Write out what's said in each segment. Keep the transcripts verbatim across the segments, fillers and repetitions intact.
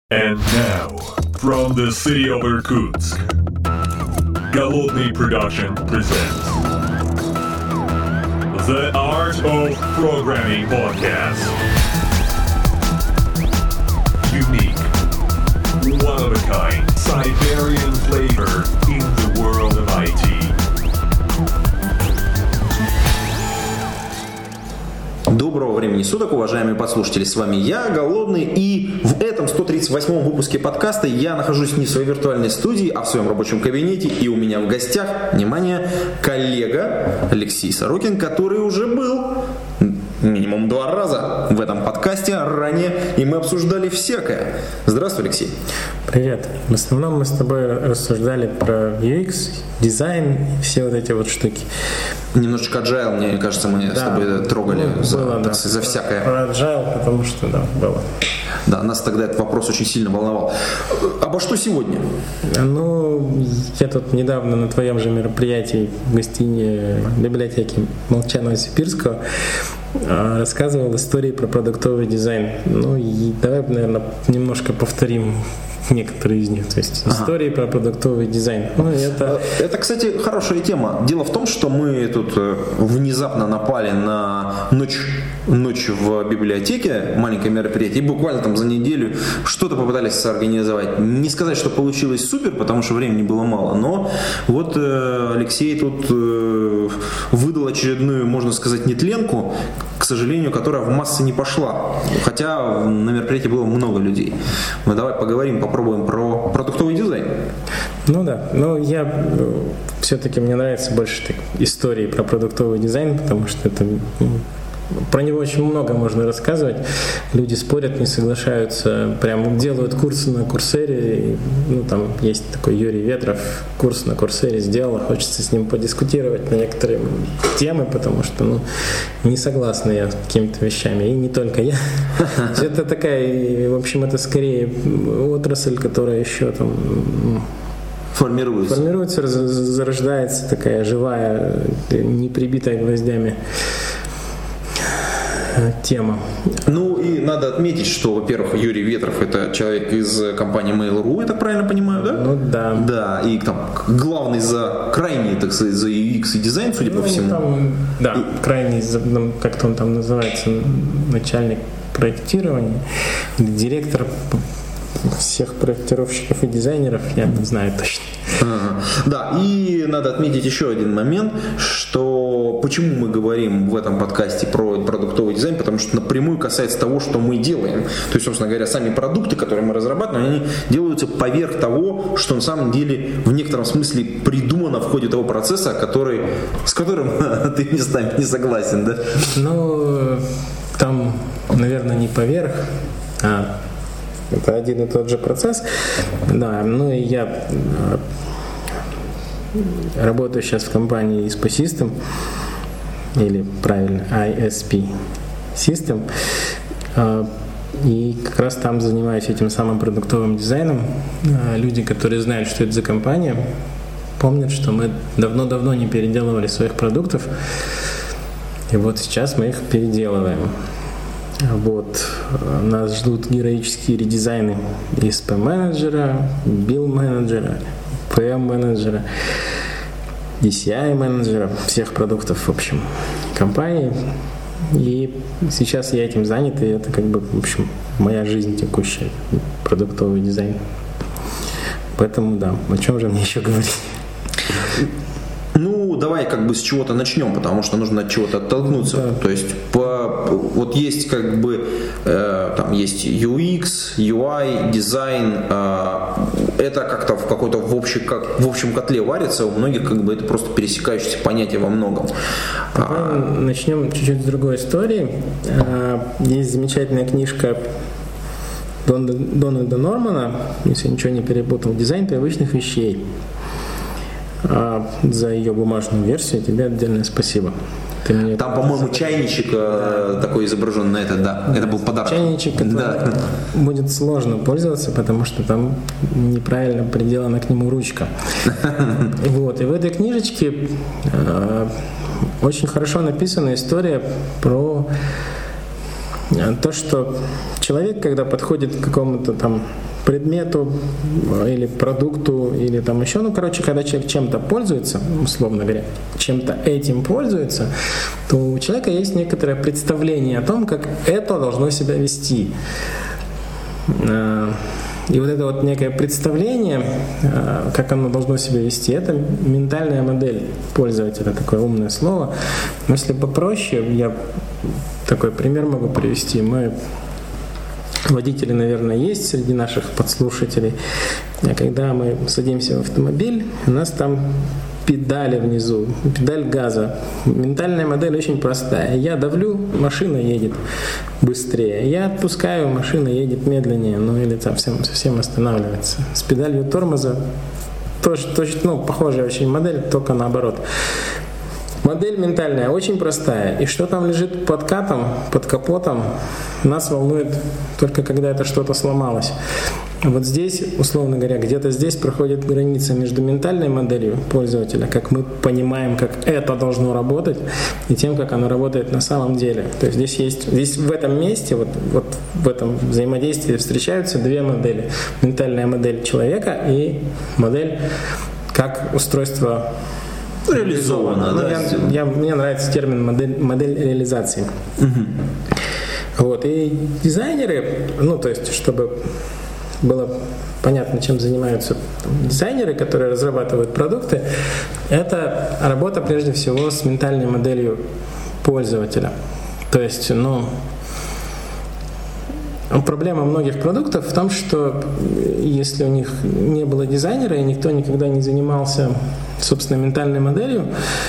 And now, from the city of Irkutsk, Голодный Production presents The Art of Programming Podcast. Unique, one-of-a-kind, Siberian flavor in the world of ай ти. Доброго времени суток, уважаемые подслушатели, с вами я, Голодный, и в этом сто тридцать восьмом выпуске подкаста я нахожусь не в своей виртуальной студии, а в своем рабочем кабинете, и у меня в гостях, внимание, коллега Алексей Сорокин, который уже был минимум два раза в этом подкасте ранее, и мы обсуждали всякое. Здравствуй, Алексей. Привет. В основном мы с тобой рассуждали про ю экс, дизайн, все вот эти вот штуки. Немножечко agile, мне кажется, мы да, с тобой трогали было, за, да. так, за всякое. Про agile, потому что, да, было. Да, нас тогда этот вопрос очень сильно волновал. Обо что сегодня? Ну, я тут недавно на твоем же мероприятии в гостине библиотеки Молчанова-Сибирского рассказывал истории про продуктовый дизайн. Ну, и давай, наверное, немножко повторим некоторые из них, то есть ага. истории про продуктовый дизайн. Ну, это... это, кстати, хорошая тема. Дело в том, что мы тут внезапно напали на ночь, ночь в библиотеке, маленькое мероприятие, и буквально там за неделю что-то попытались соорганизовать. Не сказать, что получилось супер, потому что времени было мало, но вот э, Алексей тут э, выдал очередную, можно сказать, нетленку, к сожалению, которая в массы не пошла. Хотя на мероприятии было много людей. Мы давай поговорим, попробуем про продуктовый дизайн. Ну да, но я все-таки мне нравятся больше так, истории про продуктовый дизайн, потому что это про него очень много можно рассказывать. Люди спорят, не соглашаются, прям делают курсы на Курсере. Ну, там есть такой Юрий Ветров, курс на Курсере сделал, хочется с ним подискутировать на некоторые темы, потому что, ну, не согласна я с какими-то вещами, и не только я. Это такая, в общем, это скорее отрасль, которая еще там формируется. Формируется, зарождается, такая живая, не прибитая гвоздями тема. Ну и надо отметить, что, во-первых, Юрий Ветров — это человек из компании Mail.ru, я так правильно понимаю, да? Ну да. Да, и там главный за крайний, так сказать, за ю экс и дизайн, судя ну, по всему. Там, да, и... крайний, как-то он там называется, начальник проектирования, директор всех проектировщиков и дизайнеров, я не знаю точно. Ага. Да, и надо отметить еще один момент, что почему мы говорим в этом подкасте про продуктовый дизайн, потому что напрямую касается того, что мы делаем. То есть, собственно говоря, сами продукты, которые мы разрабатываем, они делаются поверх того, что на самом деле в некотором смысле придумано в ходе того процесса, который, с которым ты не, с нами не согласен, да? Ну, там, наверное, не поверх, а это один и тот же процесс. Да, ну и я работаю сейчас в компании ай эс пи System, или правильно, ай эс пи System, и как раз там занимаюсь этим самым продуктовым дизайном. Люди, которые знают, что это за компания, помнят, что мы давно-давно не переделывали своих продуктов, и вот сейчас мы их переделываем. Вот. Нас ждут героические редизайны ай эс пи-менеджера, билл-менеджера, пи эм-менеджера, ди си ай-менеджера, всех продуктов, в общем, компании. И сейчас я этим занят, и это как бы, в общем, моя жизнь текущая, продуктовый дизайн. Поэтому, да, о чем же мне еще говорить? Ну, давай как бы с чего-то начнем, потому что нужно от чего-то оттолкнуться. Да. То есть, по, вот есть как бы, э, там есть ю экс, ю ай, дизайн, э, это как-то в какой-то в, общем, как, в общем котле варится, у многих как бы это просто пересекающиеся понятия во многом. Давай а, начнем чуть-чуть с другой истории. Есть замечательная книжка Дональда Нормана, если я ничего не перепутал, «Дизайн привычных вещей». А за ее бумажную версию тебе отдельное спасибо. Ты мне Там, по-моему, чайничек да. такой изображен на это, да. да. Это был подарок. Чайничек, да. будет сложно пользоваться, потому что там неправильно приделана к нему ручка. Вот. И в этой книжечке очень хорошо написана история про то, что человек, когда подходит к какому-то там предмету или продукту, или там еще, ну, короче, когда человек чем-то пользуется, условно говоря, чем-то этим пользуется, то у человека есть некоторое представление о том, как это должно себя вести. И вот это вот некое представление, как оно должно себя вести, это ментальная модель пользователя, такое умное слово. Но если попроще, я такой пример могу привести. Мы, водители, наверное, есть среди наших подслушателей. А когда мы садимся в автомобиль, у нас там педали внизу, педаль газа. Ментальная модель очень простая. Я давлю, машина едет быстрее. Я отпускаю, машина едет медленнее, ну или там совсем, совсем останавливается. С педалью тормоза тоже, тоже, ну, похожая очень модель, только наоборот. Модель ментальная очень простая. И что там лежит под катом, под капотом, нас волнует только когда это что-то сломалось. Вот здесь, условно говоря, где-то здесь проходит граница между ментальной моделью пользователя, как мы понимаем, как это должно работать, и тем, как оно работает на самом деле. То есть здесь есть, здесь в этом месте, вот, вот в этом взаимодействии встречаются две модели. Ментальная модель человека и модель как устройство реализовано. Ну, да, я, я, мне нравится термин модель, модель реализации. Угу. Вот, и дизайнеры, ну, то есть, чтобы было понятно, чем занимаются дизайнеры, которые разрабатывают продукты, это работа прежде всего с ментальной моделью пользователя. То есть, ну, проблема многих продуктов в том, что если у них не было дизайнера и никто никогда не занимался, собственно, ментальной моделью,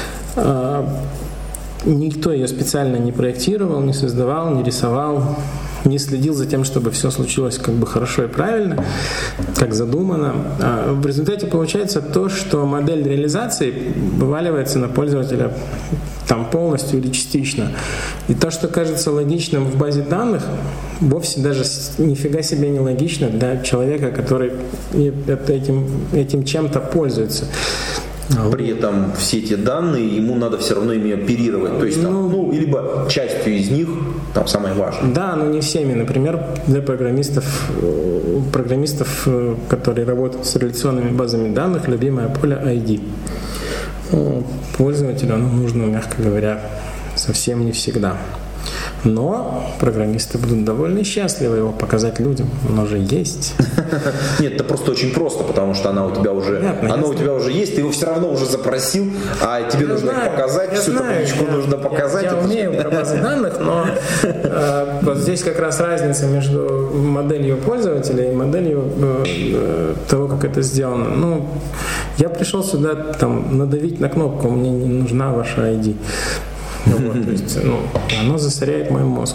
никто ее специально не проектировал, не создавал, не рисовал, не следил за тем, чтобы все случилось как бы хорошо и правильно, как задумано. А в результате получается то, что модель реализации вываливается на пользователя там полностью или частично. И то, что кажется логичным в базе данных, вовсе даже нифига себе не логично для человека, который этим, этим чем-то пользуется. При этом все эти данные ему надо все равно ими оперировать. То есть, там, ну, ну, либо частью из них, там самое важное. Да, но не всеми. Например, для программистов, программистов, которые работают с реляционными базами данных, любимое поле ай ди. Пользователю оно нужно, мягко говоря, совсем не всегда. Но программисты будут довольно счастливы его показать людям. Оно же есть. Нет, это просто очень просто, потому что она у тебя уже, Понятно, она у тебя уже есть, ты его все равно уже запросил, а тебе я нужно знаю, показать, всю знаю, табличку я, нужно показать. Я, я умею про базы данных, но э, вот здесь как раз разница между моделью пользователя и моделью э, того, как это сделано. Ну, я пришел сюда там надавить на кнопку, мне не нужна ваша ай ди. Вот, то есть, ну, оно засоряет мой мозг.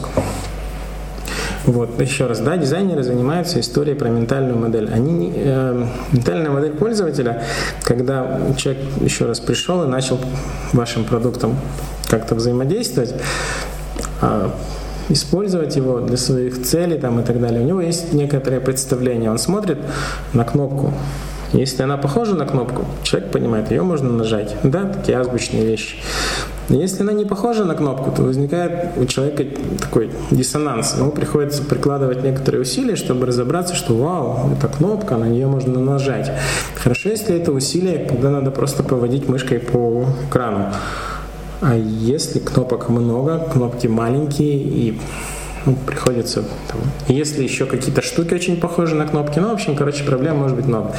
Вот, еще раз, да, дизайнеры занимаются историей про ментальную модель. Они, э, ментальная модель пользователя, когда человек еще раз пришел и начал вашим продуктом как-то взаимодействовать, э, использовать его для своих целей там, и так далее, у него есть некоторое представление. Он смотрит на кнопку. Если она похожа на кнопку, человек понимает, ее можно нажать. Да, такие азбучные вещи. Если она не похожа на кнопку, то возникает у человека такой диссонанс. Ему приходится прикладывать некоторые усилия, чтобы разобраться, что вау, это кнопка, на нее можно нажать. Хорошо, если это усилие, когда надо просто поводить мышкой по экрану. А если кнопок много, кнопки маленькие и ну, приходится там, если еще какие-то штуки очень похожи на кнопки, ну, в общем, короче, проблем может быть много.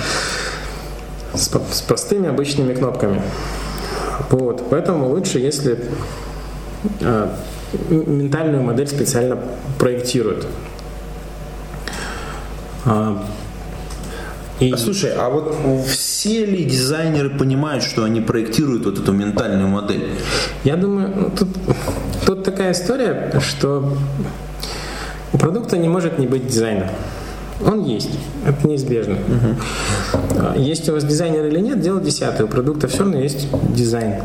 С, с простыми обычными кнопками. Вот. Поэтому лучше, если э, ментальную модель специально проектируют. А, и... а, слушай, а вот все ли дизайнеры понимают, что они проектируют вот эту ментальную модель? Я думаю, ну, тут, тут такая история, что у продукта не может не быть дизайна. Он есть, это неизбежно. Uh-huh. Есть у вас дизайнер или нет, дело десятое. У продукта все равно есть дизайн.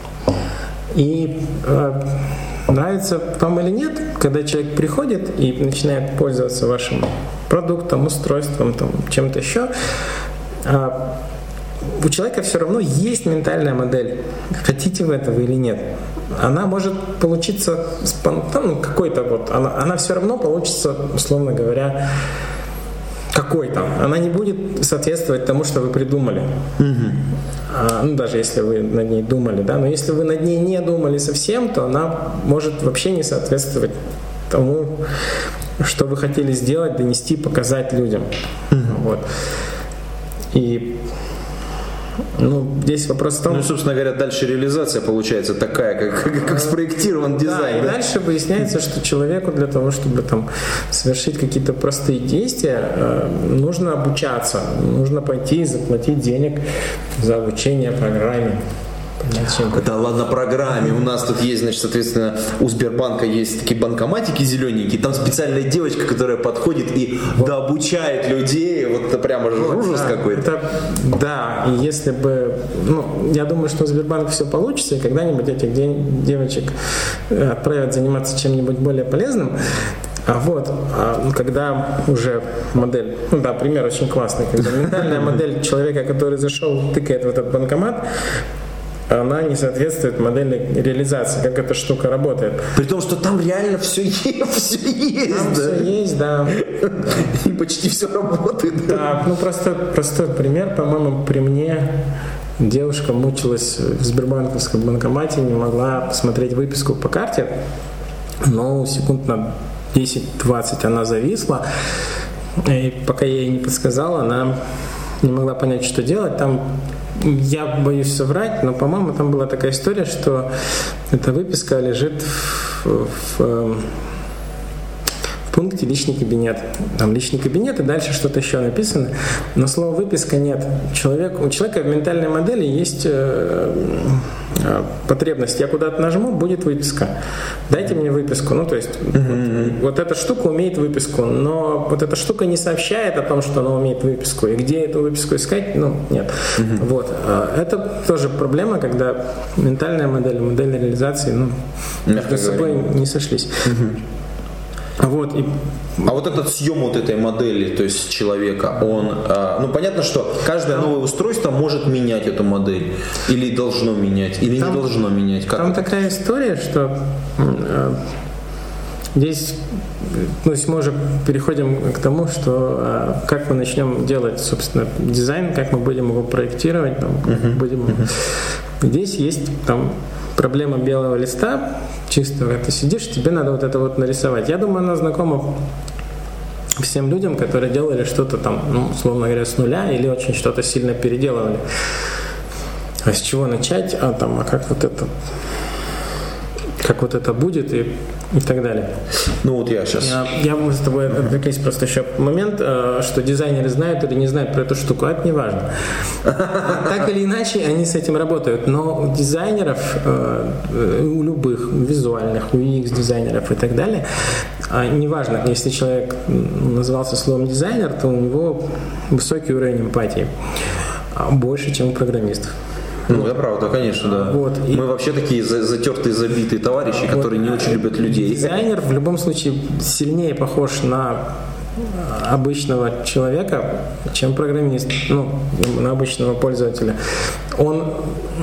И э, нравится вам или нет, когда человек приходит и начинает пользоваться вашим продуктом, устройством, там, чем-то еще, э, у человека все равно есть ментальная модель. Хотите вы этого или нет. Она может получиться спонтанно, какой-то вот, она, она все равно получится, условно говоря, какой-то, она не будет соответствовать тому, что вы придумали. Угу. А, ну, даже если вы над ней думали, да, но если вы над ней не думали совсем, то она может вообще не соответствовать тому, что вы хотели сделать, донести, показать людям. Угу. Вот. И ну, здесь вопрос в том... Ну, собственно говоря, дальше реализация получается такая, как, как, как спроектирован дизайн. Да, и да? дальше выясняется, что человеку для того, чтобы там совершить какие-то простые действия, нужно обучаться, нужно пойти и заплатить денег за обучение программе. Да ладно, программе. У нас тут есть, значит, соответственно, у Сбербанка есть такие банкоматики зелененькие, там специальная девочка, которая подходит и вот. дообучает людей. Вот это прямо же ужас да, какой-то. Это, да, и если бы, ну, я думаю, что у Сбербанка все получится, и когда-нибудь этих девочек отправят заниматься чем-нибудь более полезным. А вот, а когда уже модель, ну да, пример очень классный, когда ментальная модель человека, который зашел, тыкает в этот банкомат, она не соответствует модели реализации, как эта штука работает. При том, что там реально все есть, все есть, там да? все есть, да. И почти все работает. Да, да, ну просто простой пример, по-моему, при мне девушка мучилась в сбербанковском банкомате, не могла посмотреть выписку по карте, но секунд на десять-двадцать она зависла, и пока я ей не подсказала, она не могла понять, что делать. Там я боюсь соврать, но, по-моему, там была такая история, что эта выписка лежит в, в, в пункте «Личный кабинет». Там «Личный кабинет» и дальше что-то еще написано, но слова «выписка» нет. Человек, у человека в ментальной модели есть э, э, потребность. Я куда-то нажму, будет выписка. Дайте мне выписку. Ну, то есть mm-hmm. вот, вот эта штука умеет выписку, но вот эта штука не сообщает о том, что она умеет выписку. И где эту выписку искать, ну, нет. Mm-hmm. Вот. Это тоже проблема, когда ментальная модель и модель реализации, ну, между собой не сошлись. Mm-hmm. Вот, и... А вот этот съем вот этой модели, то есть человека, он, ну понятно, что каждое новое устройство может менять эту модель, или должно менять, или там, не должно менять. Как там это? Такая история, что э, здесь, ну, мы уже переходим к тому, что э, как мы начнем делать, собственно, дизайн, как мы будем его проектировать, там, как uh-huh. будем. Uh-huh. Здесь есть там проблема белого листа. Чисто, когда ты сидишь, тебе надо вот это вот нарисовать. Я думаю, она знакома всем людям, которые делали что-то там, ну, условно говоря, с нуля или очень что-то сильно переделывали. А с чего начать? А там, а как вот это, как вот это будет и, и так далее. Ну вот я сейчас... Я, я мы с тобой отвлеклись просто еще момент, что дизайнеры знают или не знают про эту штуку, это не важно. Так или иначе, они с этим работают. Но у дизайнеров, у любых, визуальных, у ю экс-дизайнеров и так далее, неважно, если человек назывался словом дизайнер, то у него высокий уровень эмпатии. Больше, чем у программистов. Ну, это правда, конечно, да. Вот, Мы и... вообще такие затертые, забитые товарищи, вот, которые не очень любят людей. Дизайнер в любом случае сильнее похож на обычного человека, чем программист, ну, на обычного пользователя. Он,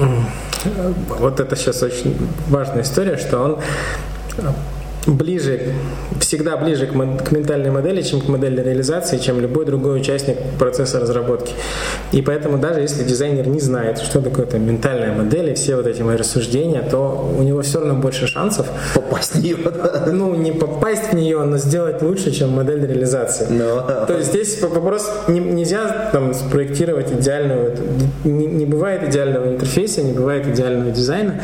вот это сейчас очень важная история, что он ближе, всегда ближе к, к ментальной модели, чем к модели реализации, чем любой другой участник процесса разработки. И поэтому даже если дизайнер не знает, что такое там ментальная модель и все вот эти мои рассуждения, то у него все равно больше шансов попасть в нее. Да? Ну, не попасть в нее, но сделать лучше, чем модель реализации. No. То есть здесь вопрос, не, нельзя там спроектировать идеальную, не, не бывает идеального интерфейса, не бывает идеального дизайна.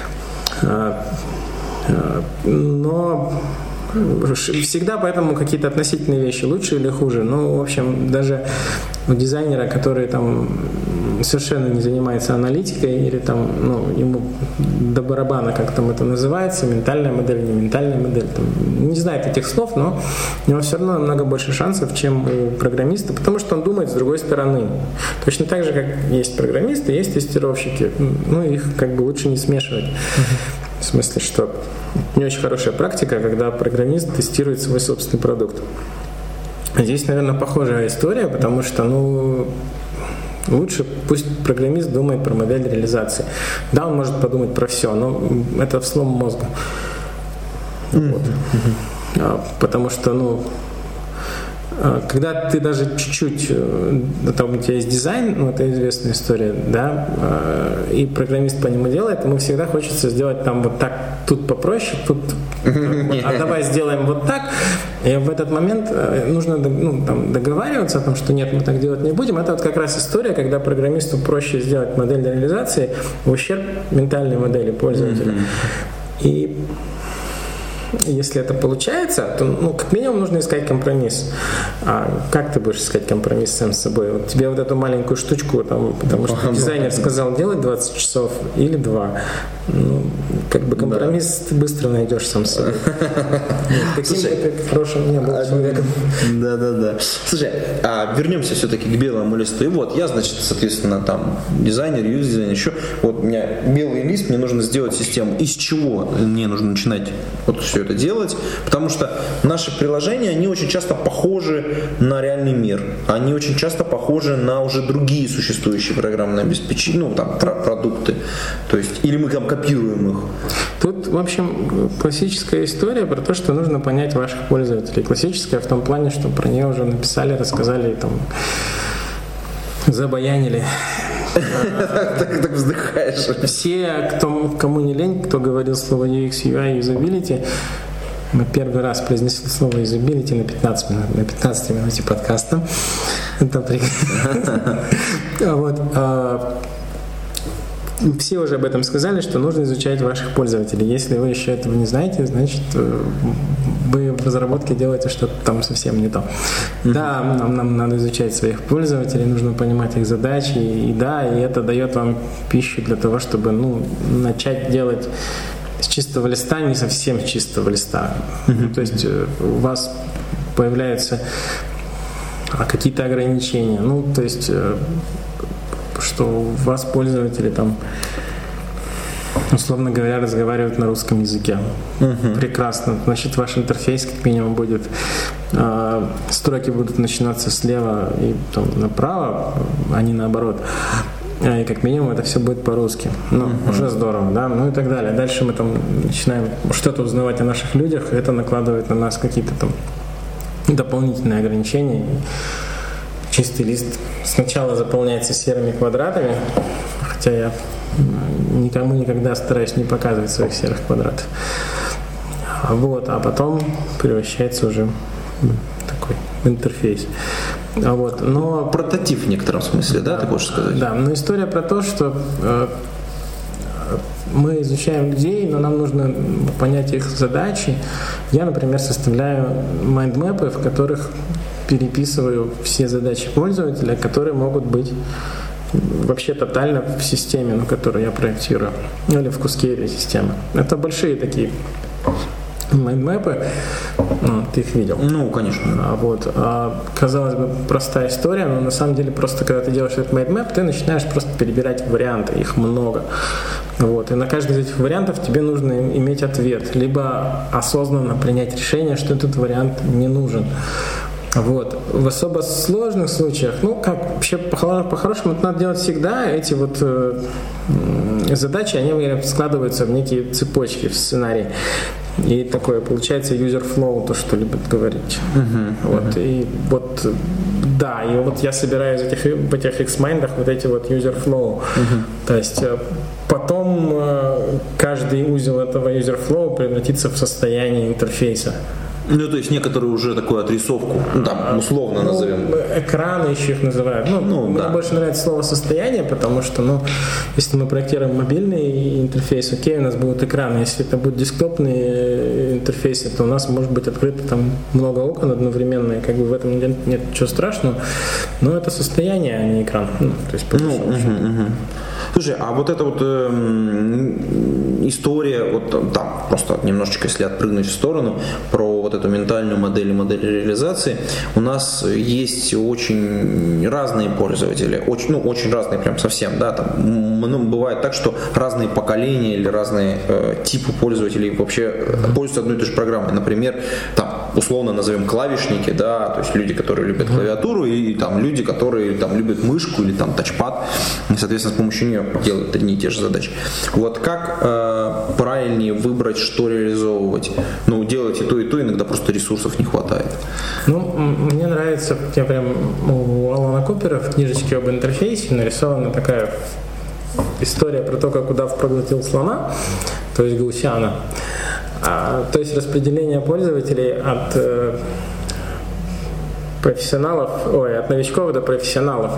Но всегда поэтому какие-то относительные вещи лучше или хуже. Ну, в общем, даже у дизайнера, который там совершенно не занимается аналитикой или там, ну, ему до барабана, как там это называется, ментальная модель, не ментальная модель, там, не знает этих слов, но у него все равно намного больше шансов, чем у программиста, потому что он думает с другой стороны. Точно так же, как есть программисты, есть тестировщики. Ну, их как бы лучше не смешивать. В смысле, что не очень хорошая практика, когда программист тестирует свой собственный продукт. Здесь, наверное, похожая история, потому что, ну, лучше пусть программист думает про модель реализации. Да, он может подумать про все, но это слом мозга. Вот. Mm-hmm. Потому что, ну, когда ты даже чуть-чуть, там у тебя есть дизайн, ну, это известная история, да, и программист по нему делает, ему всегда хочется сделать там вот так, тут попроще, тут, а давай сделаем вот так, и в этот момент нужно, ну, там, договариваться о том, что нет, мы так делать не будем. Это вот как раз история, когда программисту проще сделать модель реализации в ущерб ментальной модели пользователя. И если это получается, то, ну, как минимум нужно искать компромисс. А как ты будешь искать компромисс сам с собой? Вот тебе вот эту маленькую штучку, там, потому что дизайнер сказал делать двадцать часов или два. Ну, как бы компромисс да. ты быстро найдешь сам с собой. Каким бы ты хорошим не был человеком. Да-да-да. Слушай, а вернемся все-таки к белому листу. И вот я, значит, соответственно, там дизайнер, юз-дизайнер, еще. Вот у меня белый лист, мне нужно сделать систему. Из чего мне нужно начинать вот все это делать, потому что наши приложения, они очень часто похожи на реальный мир, они очень часто похожи на уже другие существующие программные обеспечения, ну там продукты, то есть или мы там копируем их. Тут, в общем, классическая история про то, что нужно понять ваших пользователей. Классическая в том плане, что про нее уже написали, рассказали, там, забаянили. Так вздыхаешь. Все, кто, кому не лень, кто говорил слово ю экс, ю ай, юзабилити, мы первый раз произнесли слово юзабилити на пятнадцать минут, на пятнадцатой минуте подкаста. Это прекрасно. Вот. Все уже об этом сказали, что нужно изучать ваших пользователей. Если вы еще этого не знаете, значит, вы в разработке делаете что-то там совсем не то. Mm-hmm. Да, нам, нам надо изучать своих пользователей, нужно понимать их задачи, и, и да, и это дает вам пищу для того, чтобы, ну, начать делать с чистого листа, не совсем с чистого листа. Mm-hmm. То есть у вас появляются какие-то ограничения. Ну, то есть что у вас пользователи там, условно говоря, разговаривают на русском языке. Uh-huh. Прекрасно. Значит, ваш интерфейс как минимум будет, э, строки будут начинаться слева и там, направо, а не наоборот. И как минимум это все будет по-русски. Ну, uh-huh. уже здорово, да, ну и так далее. Дальше мы там начинаем что-то узнавать о наших людях, и это накладывает на нас какие-то там дополнительные ограничения. Чистый лист сначала заполняется серыми квадратами, хотя я никому никогда стараюсь не показывать своих серых квадратов. Вот, а потом превращается уже в такой интерфейс. А вот, но прототип в некотором смысле, да, да, ты хочешь сказать? Да, но история про то, что э, мы изучаем людей, но нам нужно понять их задачи. Я, например, составляю майндмэпы, в которых переписываю все задачи пользователя, которые могут быть вообще тотально в системе, ну, которую я проектирую, или в куске этой системы. Это большие такие майндмэпы, ну, ты их видел. Ну, конечно. А, вот, а, казалось бы, простая история, но на самом деле просто, когда ты делаешь этот майндмэп, ты начинаешь просто перебирать варианты, их много. Вот, и на каждый из этих вариантов тебе нужно иметь ответ, либо осознанно принять решение, что этот вариант не нужен. Вот. В особо сложных случаях, ну, как вообще по-хорошему это надо делать всегда, эти вот э, задачи, они складываются в некие цепочки, в сценарий. И такое получается user flow, то, что любят говорить. Uh-huh, вот. Uh-huh. И вот, да, и вот я собираю из этих, в этих X-Mind вот эти вот user flow. Uh-huh. То есть потом э, каждый узел этого user flow превратится в состояние интерфейса. Ну, то есть некоторую уже такую отрисовку, ну, там, условно ну, назовем. Экраны еще их называют. Ну, ну мне да. больше нравится слово «состояние», потому что, ну, если мы проектируем мобильный интерфейс, окей, у нас будут экраны. Если это будут десктопные интерфейсы, то у нас может быть открыто там много окон одновременно, и как бы в этом нет, нет ничего страшного. Но это состояние, а не экран. Ну, то есть, ну, угу, угу. Слушай, а вот эта вот э, история, вот там, просто немножечко, если отпрыгнуть в сторону, про вот эту ментальную модель и модель реализации, у нас есть очень разные пользователи, очень, ну, очень разные прям совсем, да, там, ну, бывает так, что разные поколения или разные э, типы пользователей вообще пользуются одной и той же программой. Например, там, условно назовем клавишники, да, то есть люди, которые любят mm-hmm. клавиатуру, и там люди, которые там любят мышку или там тачпад, и, соответственно, с помощью нее делают одни и те же задачи. Вот как э, правильнее выбрать, что реализовывать? Ну, делать и то, и то, иногда просто ресурсов не хватает. Ну, мне нравится, я прям у Алана Купера в книжечке об интерфейсе нарисована такая история про то, как удав проглотил слона, то есть гаусиана. А, то есть распределение пользователей от э, профессионалов, ой, от новичков до профессионалов.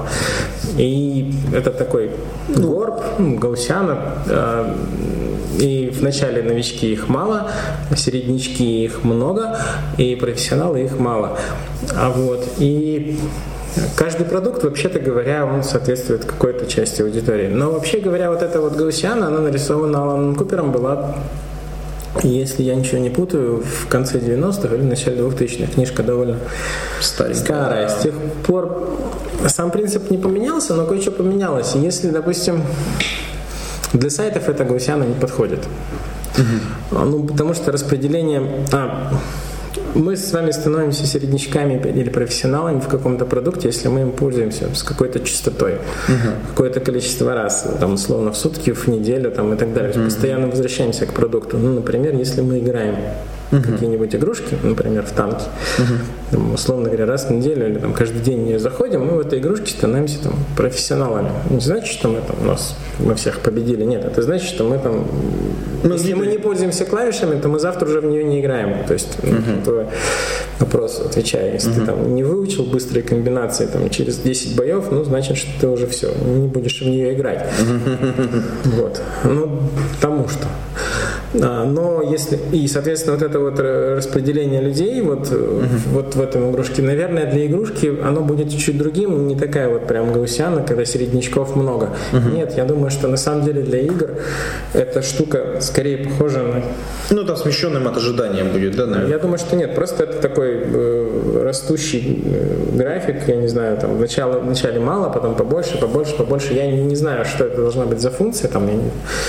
И это такой горб, гаусиана. Э, и вначале новички их мало, середнячки их много, и профессионалы их мало. А вот, и каждый продукт, вообще-то говоря, он соответствует какой-то части аудитории. Но вообще говоря, вот эта вот гаусиана, она нарисована Аланом Купером, была, если я ничего не путаю, в конце девяностых или в начале двухтысячных. Книжка довольно старенькая. Старая. С тех пор сам принцип не поменялся, но кое-что поменялось. Если, допустим, для сайтов эта гаусиана не подходит. Угу. Ну, потому что распределение... А, мы с вами становимся середнячками или профессионалами в каком-то продукте, если мы им пользуемся с какой-то частотой, uh-huh. какое-то количество раз, там, условно, в сутки, в неделю там, и так далее. Uh-huh. Постоянно возвращаемся к продукту. Ну, например, если мы играем uh-huh. какие-нибудь игрушки, например, в танки, uh-huh. там, условно говоря, раз в неделю или там, каждый день в нее заходим, мы в этой игрушке становимся там, профессионалами. Не значит, что мы там, нас, мы всех победили. Нет, это значит, что мы там... Ну, если мы не пользуемся клавишами, то мы завтра уже в нее не играем. То есть, uh-huh. твой вопрос отвечаю. Если uh-huh. ты там не выучил быстрые комбинации там, через десять боев, ну, значит, что ты уже все, не будешь в нее играть. Uh-huh. Вот. Ну, потому что. А, но если... И, соответственно, вот это вот распределение людей вот, uh-huh. вот в этом игрушке, наверное, для игрушки оно будет чуть-чуть другим, не такая вот прям гаусиана, когда середнячков много. Uh-huh. Нет, я думаю, что на самом деле для игр эта штука скорее похожа на... Ну, там смещенным от ожидания будет, да, наверное? Я думаю, что нет, просто это такой э, растущий э, график, я не знаю, там вначале, вначале мало, потом побольше, побольше, побольше. Я не, не знаю, что это должна быть за функция, там, я не...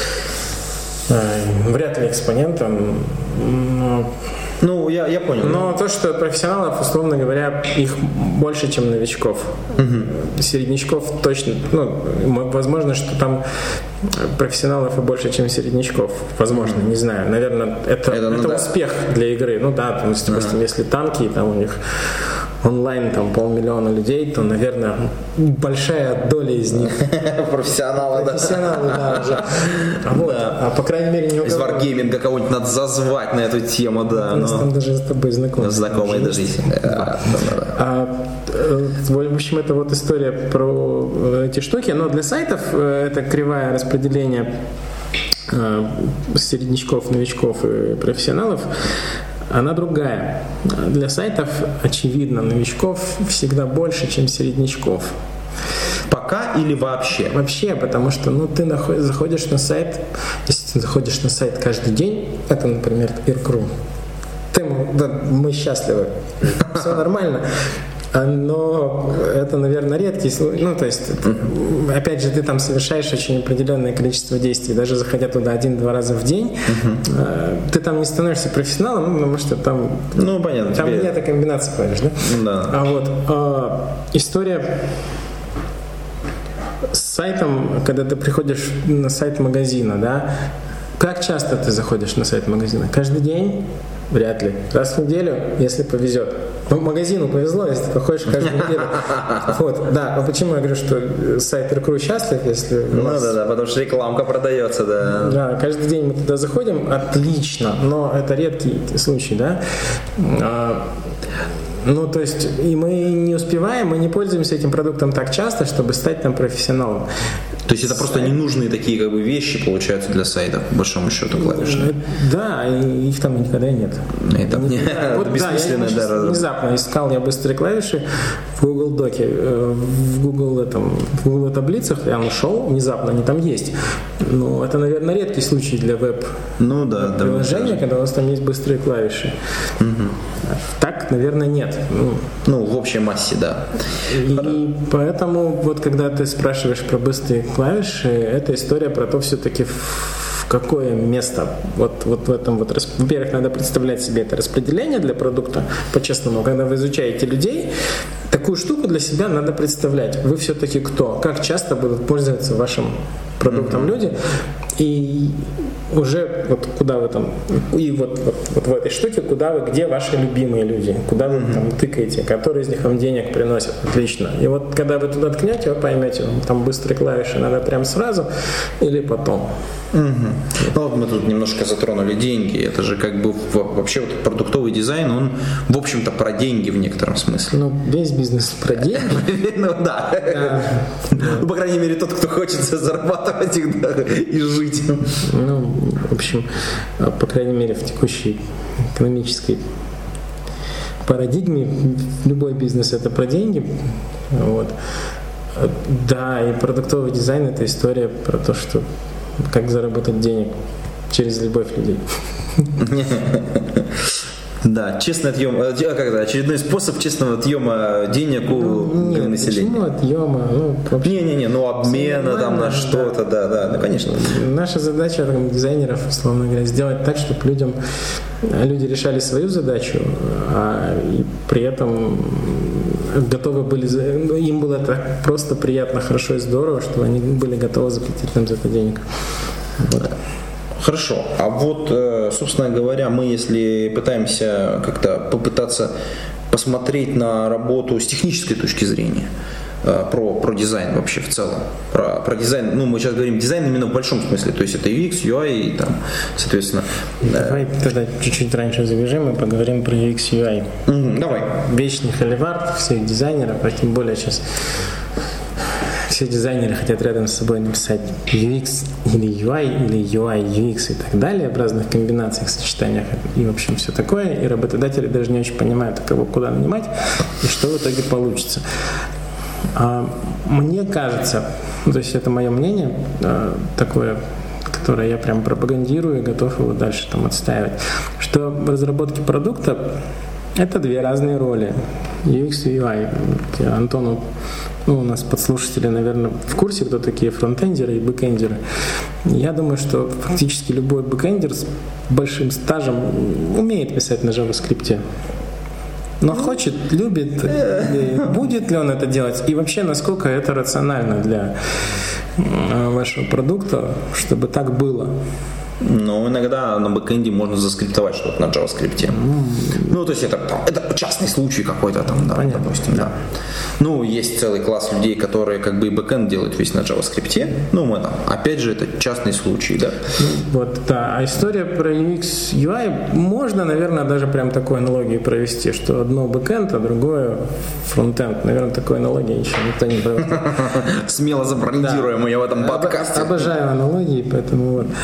Вряд ли экспонентом, но... Ну, я, я понял. Но то, что профессионалов, условно говоря, их больше, чем новичков. Угу. Середнячков точно, ну, возможно, что там профессионалов и больше, чем середнячков. Возможно, угу. не знаю. Наверное, это, это, ну, это да. успех для игры. Ну да, там, допустим, угу. если танки, там у них онлайн там полмиллиона людей, то, наверное, большая доля из них профессионалы, да. Профессионалы, да, уже. А, вот, да. а по крайней мере, не у из варгейминга кого-нибудь надо зазвать на эту тему, да. У нас но... там даже с тобой знакомы. Знакомые даже есть. Да. А, в общем, это вот история про эти штуки, но для сайтов это кривая распределения середнячков, новичков и профессионалов. Она другая. Для сайтов, очевидно, новичков всегда больше, чем середнячков. Пока или вообще? Вообще, потому что ну, ты наход- заходишь на сайт, если ты заходишь на сайт каждый день, это, например, Иркру, ты, да, мы счастливы, все нормально. Но это, наверное, редкий случай. Ну, то есть, uh-huh. опять же, ты там совершаешь очень определенное количество действий. Даже заходя туда один-два раза в день, uh-huh. ты там не становишься профессионалом, потому что там, ну, понятно, там тебе... нет этой комбинации, понимаешь, да? Да. А вот а, история с сайтом, когда ты приходишь на сайт магазина, да, как часто ты заходишь на сайт магазина? Каждый день? Вряд ли. Раз в неделю, если повезет. Ну, магазину повезло, если ты приходишь каждую неделю. Вот, да. А почему я говорю, что сайт Иркру счастлив, если... Ну вас... да, да, потому что рекламка продается, да. Да, каждый день мы туда заходим, отлично, но это редкий случай, да. А, ну, то есть, и мы не успеваем, мы не пользуемся этим продуктом так часто, чтобы стать там профессионалом. То есть это просто ненужные такие как бы вещи получаются для сайта, по большому счету, клавишные. Да, и их там никогда нет. И там не, вот, бессмысленно, да. Я да, внезапно искал я быстрые клавиши в Google Доке, в Google, этом, в Google таблицах, я нашел, внезапно они там есть. Но это, наверное, редкий случай для ну, да, веб-приложения, да, когда у нас там есть быстрые клавиши. Угу. Так, наверное, нет. Ну, ну, в общей массе, да. И поэтому, вот когда ты спрашиваешь про быстрые клавиши, это история про то все-таки, в какое место вот, вот в этом вот, во-первых, надо представлять себе это распределение для продукта, по-честному, когда вы изучаете людей, такую штуку для себя надо представлять. Вы все-таки кто? Как часто будут пользоваться вашим продуктом mm-hmm. люди? И уже вот куда вы там, и вот, вот, вот в этой штуке, куда вы, где ваши любимые люди, куда вы mm-hmm. там тыкаете, которые из них вам денег приносят, отлично. И вот когда вы туда ткнете, вы поймете, там быстрые клавиши надо прям сразу или потом. Угу. Ну вот мы тут немножко затронули деньги. Это же как бы вообще вот продуктовый дизайн, он в общем-то про деньги в некотором смысле. Ну весь бизнес про деньги. Ну да. Ну по крайней мере тот, кто хочет зарабатывать их и жить. Ну в общем, по крайней мере в текущей экономической парадигме любой бизнес это про деньги. Вот. Да, и продуктовый дизайн это история про то, что как заработать денег через любовь людей. Да, честный отъем, как это, очередной способ честного отъема денег у ну, нет, населения. Почему отъема? Ну, Не-не-не, ну обмена там на что-то, да, да, да, конечно. Наша задача дизайнеров, условно говоря, сделать так, чтобы людям, люди решали свою задачу, а и при этом готовы были, им было так просто приятно, хорошо и здорово, что они были готовы заплатить нам за это денег. Вот. Хорошо, а вот, собственно говоря, мы если пытаемся как-то попытаться посмотреть на работу с технической точки зрения, про, про дизайн вообще в целом, про, про дизайн, ну мы сейчас говорим дизайн именно в большом смысле, то есть это ю экс, ю ай и там, соответственно. Давай тогда чуть-чуть раньше забежим и поговорим про ю экс, ю ай. Mm-hmm, давай. Вечный холивар всех дизайнеров, а тем более сейчас все дизайнеры хотят рядом с собой написать ю экс или ю ай, или ю ай, ю экс и так далее в разных комбинациях, сочетаниях и, в общем, все такое. И работодатели даже не очень понимают, кого куда нанимать и что в итоге получится. А мне кажется, то есть это мое мнение такое, которое я прям пропагандирую и готов его дальше там отстаивать, что в разработке продукта это две разные роли. ю экс и ю ай. Антону, ну, у нас подслушатели, наверное, в курсе, кто такие фронтендеры и бэкендеры. Я думаю, что фактически любой бэкендер с большим стажем умеет писать на JavaScript. Но хочет, любит, будет ли он это делать, и вообще, насколько это рационально для вашего продукта, чтобы так было. Но иногда на бэкэнде можно заскриптовать что-то на JavaScript. Mm. Ну, то есть это, это частный случай какой-то там, да, понятно, допустим, да. Ну, есть целый класс людей, которые как бы и бэкэнд делают весь на JavaScript. Ну, мы там, опять же, это частный случай, да. Вот, да. А история про ю экс, ю ай можно, наверное, даже прям такой аналогии провести, что одно бэкэнд, а другое фронтенд. Наверное, такой аналогии еще никто не проводил. Смело забрендируем ее в этом подкасте. Обожаю аналогии, поэтому вот.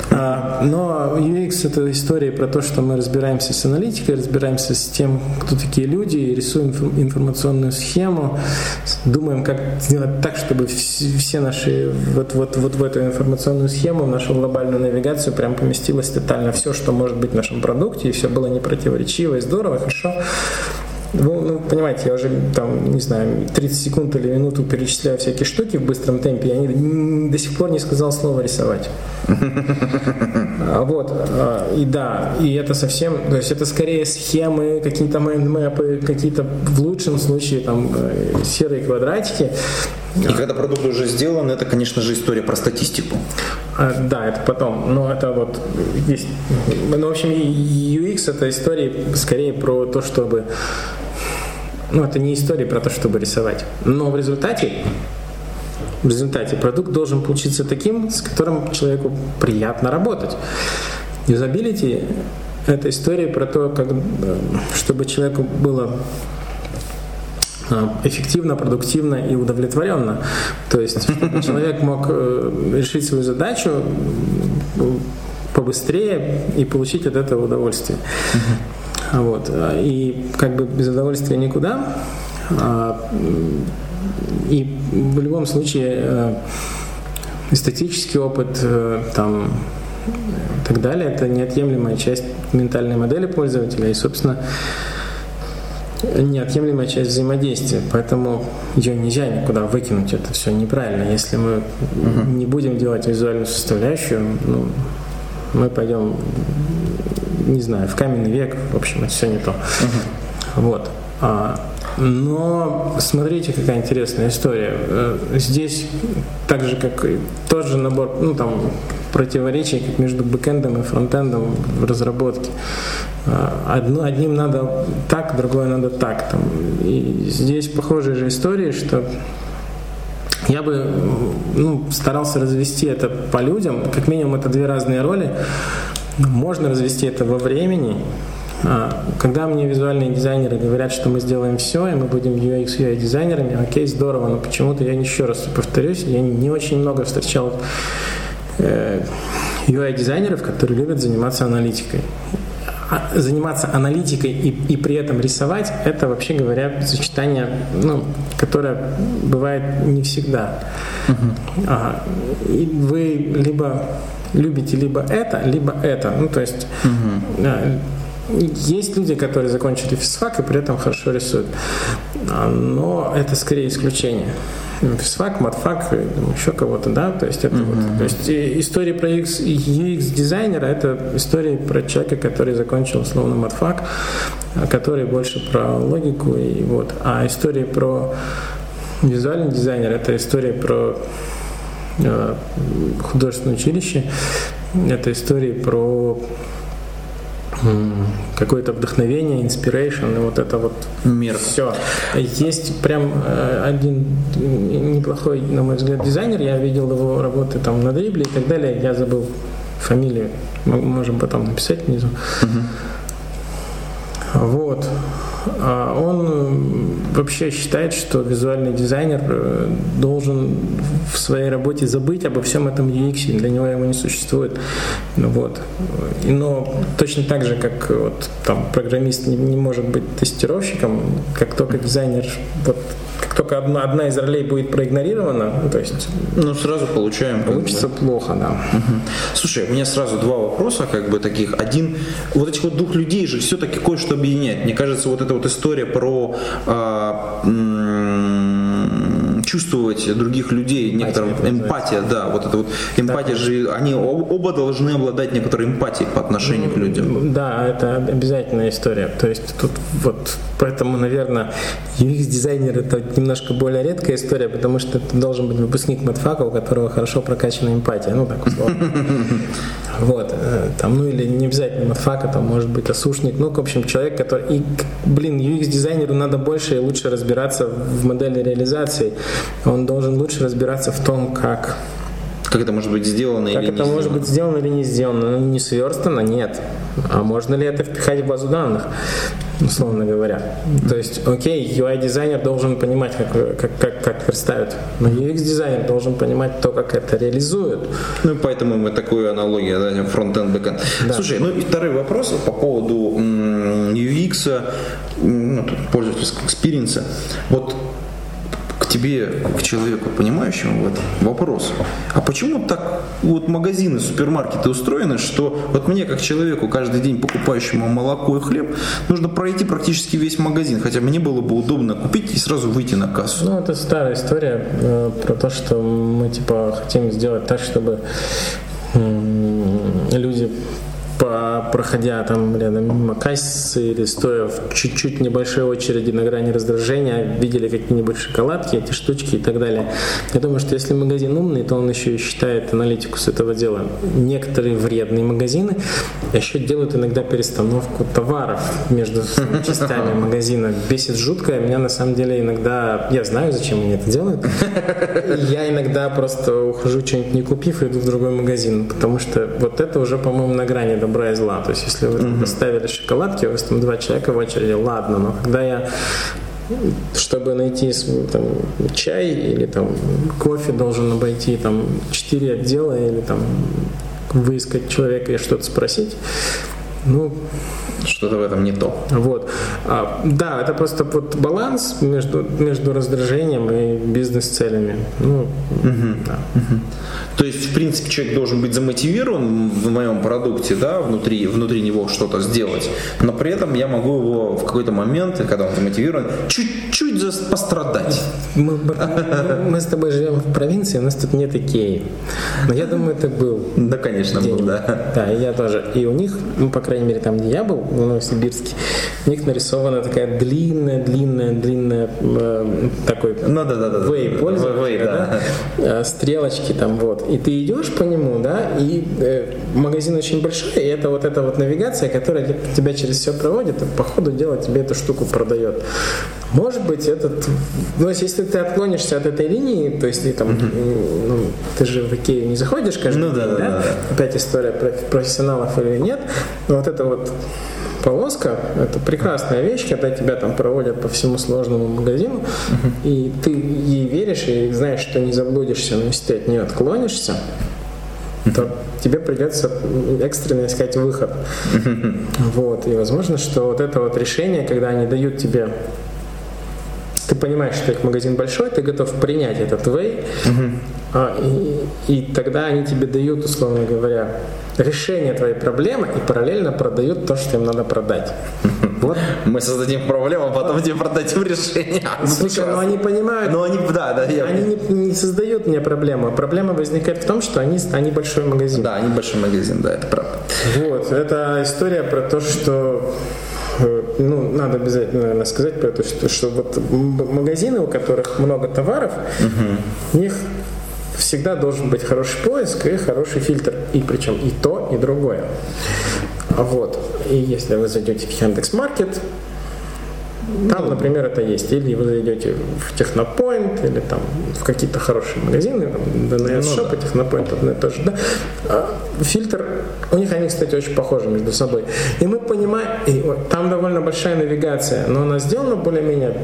Но ю экс — это история про то, что мы разбираемся с аналитикой, разбираемся с тем, кто такие люди, рисуем информационную схему, думаем, как сделать так, чтобы все наши вот, вот, вот в эту информационную схему, в нашу глобальную навигацию прям поместилось тотально все, что может быть в нашем продукте, и все было непротиворечиво и здорово, хорошо. Ну, ну, понимаете, я уже там, не знаю, тридцать секунд или минуту перечисляю всякие штуки в быстром темпе, я не, до сих пор не сказал слово «рисовать». Вот, и да, и это совсем, то есть это скорее схемы, какие-то майндмэпы, какие-то в лучшем случае там серые квадратики. И когда продукт уже сделан, это, конечно же, история про статистику. А, да, это потом, но это вот есть, ну, в общем, ю экс — это история скорее про то, чтобы, ну, это не история про то, чтобы рисовать, но в результате В результате продукт должен получиться таким, с которым человеку приятно работать. Юзабилити – это история про то, как, чтобы человеку было эффективно, продуктивно и удовлетворенно. То есть, чтобы человек мог решить свою задачу побыстрее и получить от этого удовольствие. Uh-huh. Вот. И как бы без удовольствия никуда. И в любом случае эстетический опыт там, и так далее – это неотъемлемая часть ментальной модели пользователя и, собственно, неотъемлемая часть взаимодействия. Поэтому ее нельзя никуда выкинуть. Это все неправильно. Если мы uh-huh. не будем делать визуальную составляющую, ну, мы пойдем, не знаю, в каменный век, в общем, это все не то. Uh-huh. Вот. Но смотрите, какая интересная история. Здесь так же, как и тот же набор, ну там, противоречий, как между бэкэндом и фронтендом в разработке. Одно, одним надо так, другое надо так. Там. И здесь похожие же истории, что я бы ну, старался развести это по людям. Как минимум, это две разные роли. Можно развести это во времени. Когда мне визуальные дизайнеры говорят, что мы сделаем все, и мы будем ю экс, ю ай дизайнерами, окей, здорово, но почему-то я еще раз повторюсь, я не очень много встречал ю ай дизайнеров, которые любят заниматься аналитикой. Заниматься аналитикой и, и при этом рисовать, это, вообще говоря, сочетание, ну, которое бывает не всегда. Uh-huh. Ага. И вы либо любите либо это, либо это. Ну, то есть uh-huh. есть люди, которые закончили физфак и при этом хорошо рисуют. Но это скорее исключение. Физфак, матфак, еще кого-то, да, то есть это mm-hmm. вот, то есть история про ю экс дизайнера, это история про человека, который закончил условно матфак, который больше про логику и вот, а история про визуальный дизайнер, это история про э, художественное училище, это история про какое-то вдохновение, inspiration, и вот это вот мир. Все. Есть прям один неплохой, на мой взгляд, дизайнер, я видел его работы там на Дрибле и так далее, я забыл фамилию, можем потом написать внизу. Uh-huh. Вот. Он вообще считает, что визуальный дизайнер должен в своей работе забыть обо всем этом ю экс, для него его не существует. Вот. Но точно так же, как вот, там, программист не, не может быть тестировщиком, как только дизайнер, вот, как только одна, одна из ролей будет проигнорирована, ну, то есть... Ну, сразу получаем... Получится бы плохо, да. Угу. Слушай, у меня сразу два вопроса, как бы таких. Один, вот этих вот двух людей же все-таки кое-что объединяет. Мне кажется, вот эта вот история про а, м- чувствовать других людей, некоторым эмпатия, да, вот это вот эмпатия да. же, они оба должны обладать некоторой эмпатией по отношению к людям. Да, это обязательная история. То есть тут вот, поэтому, наверное, ю экс-дизайнер это немножко более редкая история, потому что это должен быть выпускник матфака, у которого хорошо прокачана эмпатия, ну так условно. Вот, там, ну или не обязательно матфака, там может быть осушник, ну, в общем, человек, который, и, блин, ю экс-дизайнеру надо больше и лучше разбираться в модели реализации, он должен лучше разбираться в том, как Как это может быть сделано как или это не сделано? может быть сделано или не сделано? Ну, не сверстано, нет. А можно ли это впихать в базу данных, условно говоря? То есть, окей, ю ай-дизайнер должен понимать, как, как, как, как верстают, но ю экс-дизайнер должен понимать то, как это реализуют. Ну, и поэтому мы такую аналогию, да, фронт-энд, бэк-энд. Да. Слушай, ну и второй вопрос по поводу м- ю экс, ну, пользовательского экспириенса. Вот к тебе, к человеку, понимающему в этом, вопрос. А почему так вот магазины, супермаркеты устроены, что вот мне, как человеку, каждый день покупающему молоко и хлеб, нужно пройти практически весь магазин, хотя мне было бы удобно купить и сразу выйти на кассу? Ну, это старая история э, про то, что мы, типа, хотим сделать так, чтобы э, люди, по, проходя там рядом мимо кассы или стоя в чуть-чуть небольшой очереди на грани раздражения, видели какие-нибудь шоколадки, эти штучки и так далее. Я думаю, что если магазин умный, то он еще и считает аналитику с этого дела. Некоторые вредные магазины еще делают иногда перестановку товаров между частями магазина. Бесит жутко. Меня на самом деле иногда... Я знаю, зачем они это делают. Я иногда просто ухожу, что-нибудь не купив, и иду в другой магазин. Потому что вот это уже, по-моему, на грани добра и зла. То есть, если вы mm-hmm. поставили шоколадки, у вас там два человека в очереди, ладно, но когда я, чтобы найти там, чай или там кофе, должен обойти там четыре отдела или там выискать человека и что-то спросить, ну... что-то в этом не то. Вот. А, да, это просто вот баланс между, между раздражением и бизнес-целями. Ну, угу. Да. Угу. То есть, в принципе, человек должен быть замотивирован в моем продукте, да, внутри, внутри него что-то сделать, но при этом я могу его в какой-то момент, когда он замотивирован, чуть-чуть пострадать. Мы, мы с тобой живем в провинции, у нас тут нет Икеи. Но я думаю, это был. Да, конечно, был, да. Да, и я тоже. И у них, ну, по крайней мере, там, где я был, в Новосибирске, у них нарисована такая длинная, длинная, длинная э, такой ну, да, да, да, вей пользователя, да, да? Стрелочки там вот. И ты идешь по нему, да, и э, магазин очень большой, и это вот эта вот навигация, которая тебя через все проводит, и по ходу дела тебе эту штуку продает. Может быть, этот, ну, если ты отклонишься от этой линии, то есть ты там, mm-hmm. ну, ты же в Икею не заходишь каждый ну, день, да, да? Да, да? Опять история про профессионалов или нет, но вот это вот полоска – это прекрасная вещь, когда тебя там проводят по всему сложному магазину, uh-huh. и ты ей веришь и знаешь, что не заблудишься, но если ты от нее отклонишься, uh-huh. то тебе придется экстренно искать выход. Uh-huh. Вот. И возможно, что вот это вот решение, когда они дают тебе, ты понимаешь, что их магазин большой, ты готов принять этот вей, uh-huh. а, и, и тогда они тебе дают, условно говоря, решение твоей проблемы и параллельно продают то, что им надо продать. Вот. Мы создадим проблему, а потом тебе продадим решение. Слушай, ну они понимают, но они, да, да, я... они не, не создают мне проблему. Проблема возникает в том, что они, они большой магазин. Да, они большой магазин, да, это правда. Вот, это история про то, что ну, надо обязательно, наверное, сказать про то, что, что вот магазины, у которых много товаров, uh-huh. у них всегда должен быть хороший поиск и хороший фильтр. И причем и то, и другое. Вот. И если вы зайдете в Яндекс.Маркет, там, например, это есть. Или вы зайдете в Технопоинт, или там в какие-то хорошие магазины, ди эн эс Shop, и Технопоинт одно и то же, да? А фильтр, у них они, кстати, очень похожи между собой. И мы понимаем, и вот, там довольно большая навигация, но она сделана более-менее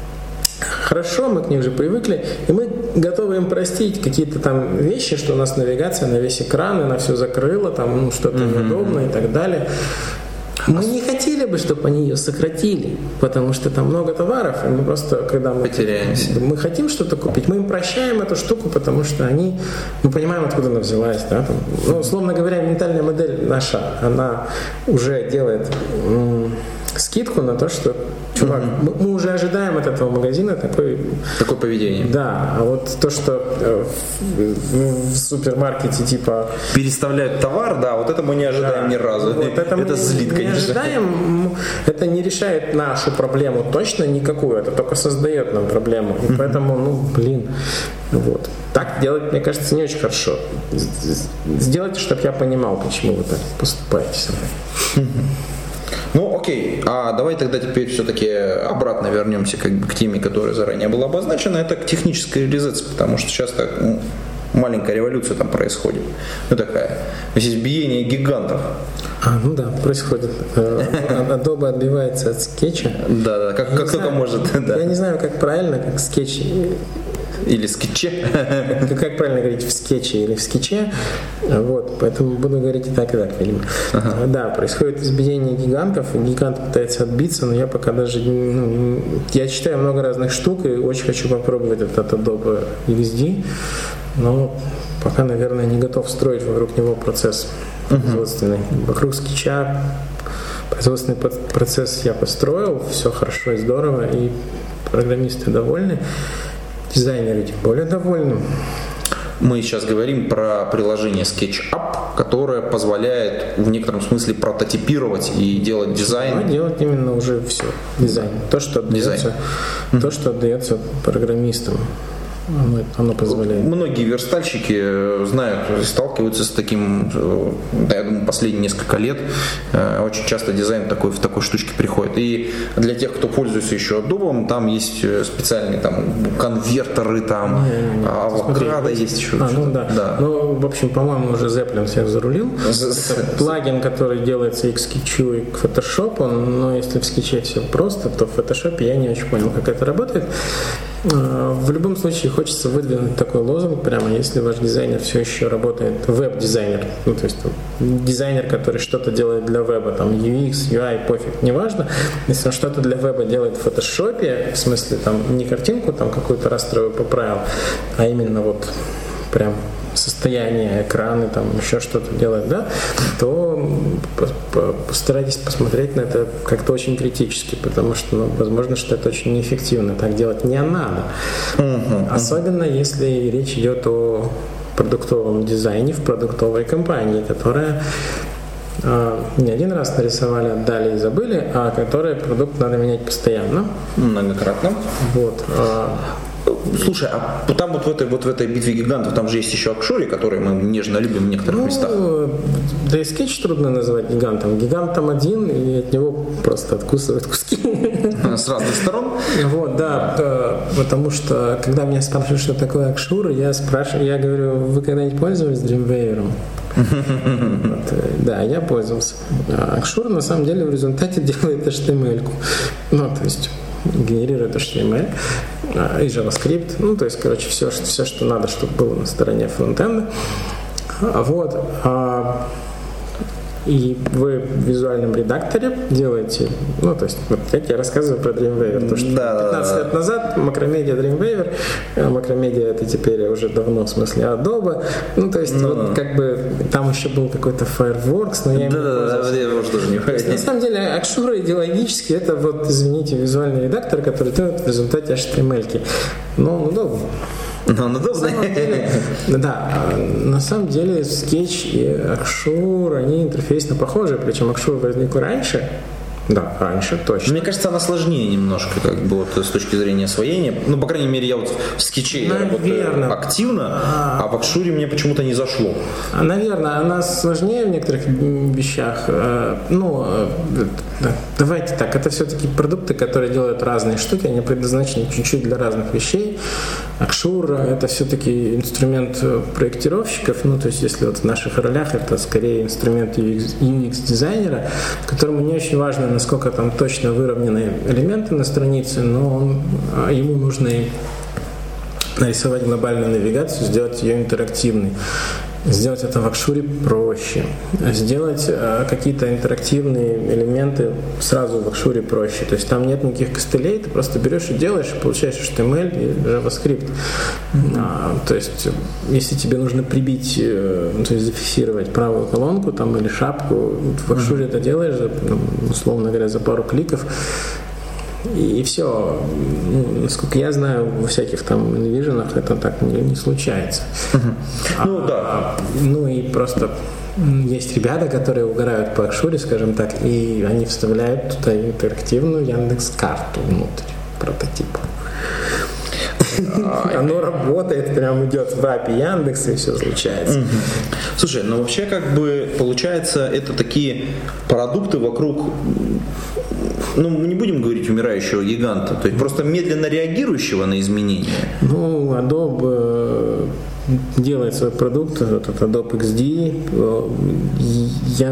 хорошо, мы к ней уже привыкли, и мы готовы им простить какие-то там вещи, что у нас навигация на весь экран, она все закрыла, там ну, что-то mm-hmm. неудобно и так далее. Мы не хотели бы, чтобы они ее сократили, потому что там много товаров, и мы просто, когда мы, мы хотим что-то купить, мы им прощаем эту штуку, потому что они, мы понимаем, откуда она взялась. Да? Там, ну, условно говоря, ментальная модель наша, она уже делает м- скидку на то, что чувак, mm-hmm. мы, мы уже ожидаем от этого магазина такой... Такое поведение. Да, а вот то, что э, в, в супермаркете типа... переставляют товар, да, вот это мы не ожидаем да, ни разу. Вот это, это мы злит, не конечно. ожидаем, это не решает нашу проблему точно никакую, это только создает нам проблему. И mm-hmm. поэтому, ну, блин, вот. Так делать, мне кажется, не очень хорошо. Сделайте, чтобы я понимал, почему вы так поступаете со мной. Mm-hmm. Ну, окей, а давай тогда теперь все-таки обратно вернемся как бы к теме, которая заранее была обозначена, это к технической реализации, потому что сейчас так ну, маленькая революция там происходит, ну такая, то есть биение гигантов. А, ну да, происходит. Adobe отбивается от скетча. Да, да, как, как кто-то может. Я не знаю, как правильно, как скетч. Или скетче. Как, как правильно говорить, в скетче или в скетче. Вот, поэтому буду говорить и так, и так, видимо. Ага. Да, происходит избиение гигантов, и гигант пытается отбиться, но я пока даже... Ну, я читаю много разных штук и очень хочу попробовать этот Adobe икс ди, но пока, наверное, не готов строить вокруг него процесс производственный. Uh-huh. Вокруг скетча производственный процесс я построил, все хорошо и здорово, и программисты довольны. Дизайнеры тем более довольны. Мы сейчас говорим про приложение SketchUp, которое позволяет в некотором смысле прототипировать и делать дизайн. Ну, делать именно уже все. Дизайн. То, что отдается, дизайн. То, что отдается программистам. Оно, оно позволяет. Многие верстальщики знают, сталкиваются с таким, да, я думаю, последние несколько лет очень часто дизайн такой, в такой штучке приходит. И для тех, кто пользуется еще Adobe, там есть специальные там конвертеры, там авокадо есть еще. А, ну да. да. Ну, в общем, по-моему, уже Zeppelin всех зарулил. Это плагин, который делается и к скетчу, и к Photoshop, но если в скетче все просто, то в Photoshop я не очень понял, как это работает. В любом случае хочется выдвинуть такой лозунг прямо, если ваш дизайнер все еще работает, веб-дизайнер, ну то есть там, дизайнер, который что-то делает для веба, там ю экс, ю ай, пофиг, неважно, если он что-то для веба делает в фотошопе, в смысле там не картинку там какую-то растровую поправил, а именно вот прям состояние экрана, там еще что-то делает, да, то постарайтесь посмотреть на это как-то очень критически, потому что, ну, возможно, что это очень неэффективно. Так делать не надо. Uh-huh. Особенно, если речь идет о продуктовом дизайне в продуктовой компании, которая э, не один раз нарисовали, отдали и забыли, а которой продукт надо менять постоянно. Многократно. Вот. Э, Слушай, а там вот в этой, вот в этой битве гигантов, там же есть еще Акшури, которые мы нежно любим в некоторых ну, местах. Да и скетч трудно назвать гигантом. Гигант там один, и от него просто откусывают куски. С разных сторон? Вот, да, да. Потому что, когда меня спрашивают, что такое Акшур, я спрашиваю, я говорю, вы когда-нибудь пользовались Dreamweaver? Вот, да, я пользовался. Акшур на самом деле в результате делает эйч ти эм эль-ку. Ну, то есть генерирует эйч ти эм эль и JavaScript, ну, то есть, короче, все, все, что надо, чтобы было на стороне фронтенда. Вот. И вы в визуальном редакторе делаете, ну, то есть, вот как я рассказываю про Dreamweaver, то, что да, пятнадцать да, лет назад Macromedia Dreamweaver, Macromedia это теперь уже давно, в смысле, Adobe, ну, то есть, ну, вот, как бы, там еще был какой-то Fireworks, но я им да, не пользовался. Да, да, я уже тоже не пользовался. На самом деле, Акшура идеологически это, вот, извините, визуальный редактор, который делает в результате эйч ти эм эль-ки. Ну, он удобно. Но он удобный. Да, на самом деле Sketch и Акшур, они интерфейсно похожи, причем Акшур возник раньше. Да, раньше, точно. Мне кажется, она сложнее немножко, как бы, вот, с точки зрения освоения. Ну, по крайней мере, я вот в скетче работаю активно, а, а в Акшуре мне почему-то не зашло. Наверное, она сложнее в некоторых вещах. Ну, давайте так, это все-таки продукты, которые делают разные штуки, они предназначены чуть-чуть для разных вещей. Акшур — это все-таки инструмент проектировщиков, ну, то есть, если вот в наших ролях, это скорее инструмент ю экс-дизайнера, которому не очень важно, насколько там точно выровнены элементы на странице, но он, ему нужно нарисовать глобальную навигацию, сделать ее интерактивной. Сделать это в Акшуре проще. Сделать э, какие-то интерактивные элементы сразу в Акшуре проще. То есть там нет никаких костылей, ты просто берешь и делаешь, и получаешь эйч ти эм эль и JavaScript. Mm-hmm. А, то есть если тебе нужно прибить, э, то есть зафиксировать правую колонку там, или шапку, в Акшуре mm-hmm. это делаешь, ну, условно говоря, за пару кликов. И, и все. Ну, насколько я знаю, во всяких там InVision'ах это так не, не случается. Uh-huh. А, ну да. Ну и просто есть ребята, которые угорают по Акшуре, скажем так, и они вставляют туда интерактивную Яндекс.Карту внутрь прототипа. Оно работает, прям идет в эй пи ай Яндекса, и все случается. Слушай, ну вообще как бы получается, это такие продукты вокруг, ну мы не будем говорить умирающего гиганта, то есть просто медленно реагирующего на изменения. Ну, Adobe делает свой продукт, этот Adobe икс ди. Я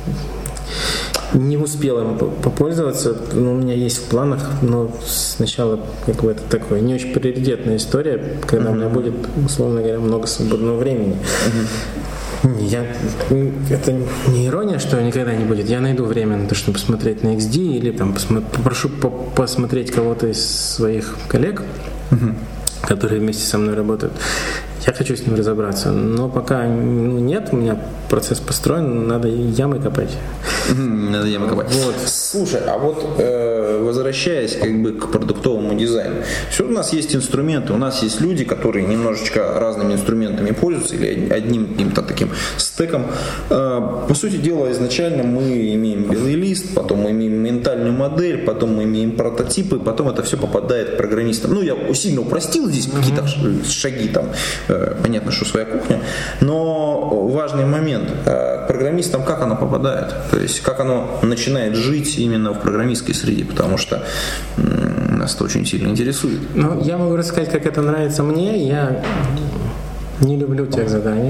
не успел им попользоваться, но у меня есть в планах, но сначала как бы это такое не очень приоритетная история, когда uh-huh. у меня будет, условно говоря, много свободного времени. Uh-huh. Я, это не ирония, что никогда не будет. Я найду время на то, чтобы посмотреть на икс ди или там посмо- попрошу по- посмотреть кого-то из своих коллег, uh-huh. которые вместе со мной работают. Я хочу с ним разобраться, но пока ну, нет, у меня процесс построен, надо ямы копать. Надо ямы копать. Вот. Слушай, а вот э, возвращаясь как бы к продуктовому дизайну, все у нас есть инструменты, у нас есть люди, которые немножечко разными инструментами пользуются или одним каким-то таким стеком. Э, по сути дела, изначально мы имеем белый лист, потом мы имеем ментальную модель, потом мы имеем прототипы, потом это все попадает к программистам. Ну, я сильно упростил здесь mm-hmm. какие-то шаги там. Понятно, что своя кухня, но важный момент, к программистам как оно попадает, то есть как оно начинает жить именно в программистской среде, потому что м- нас это очень сильно интересует. Ну, я могу рассказать, как это нравится мне. Я Не люблю тех задания.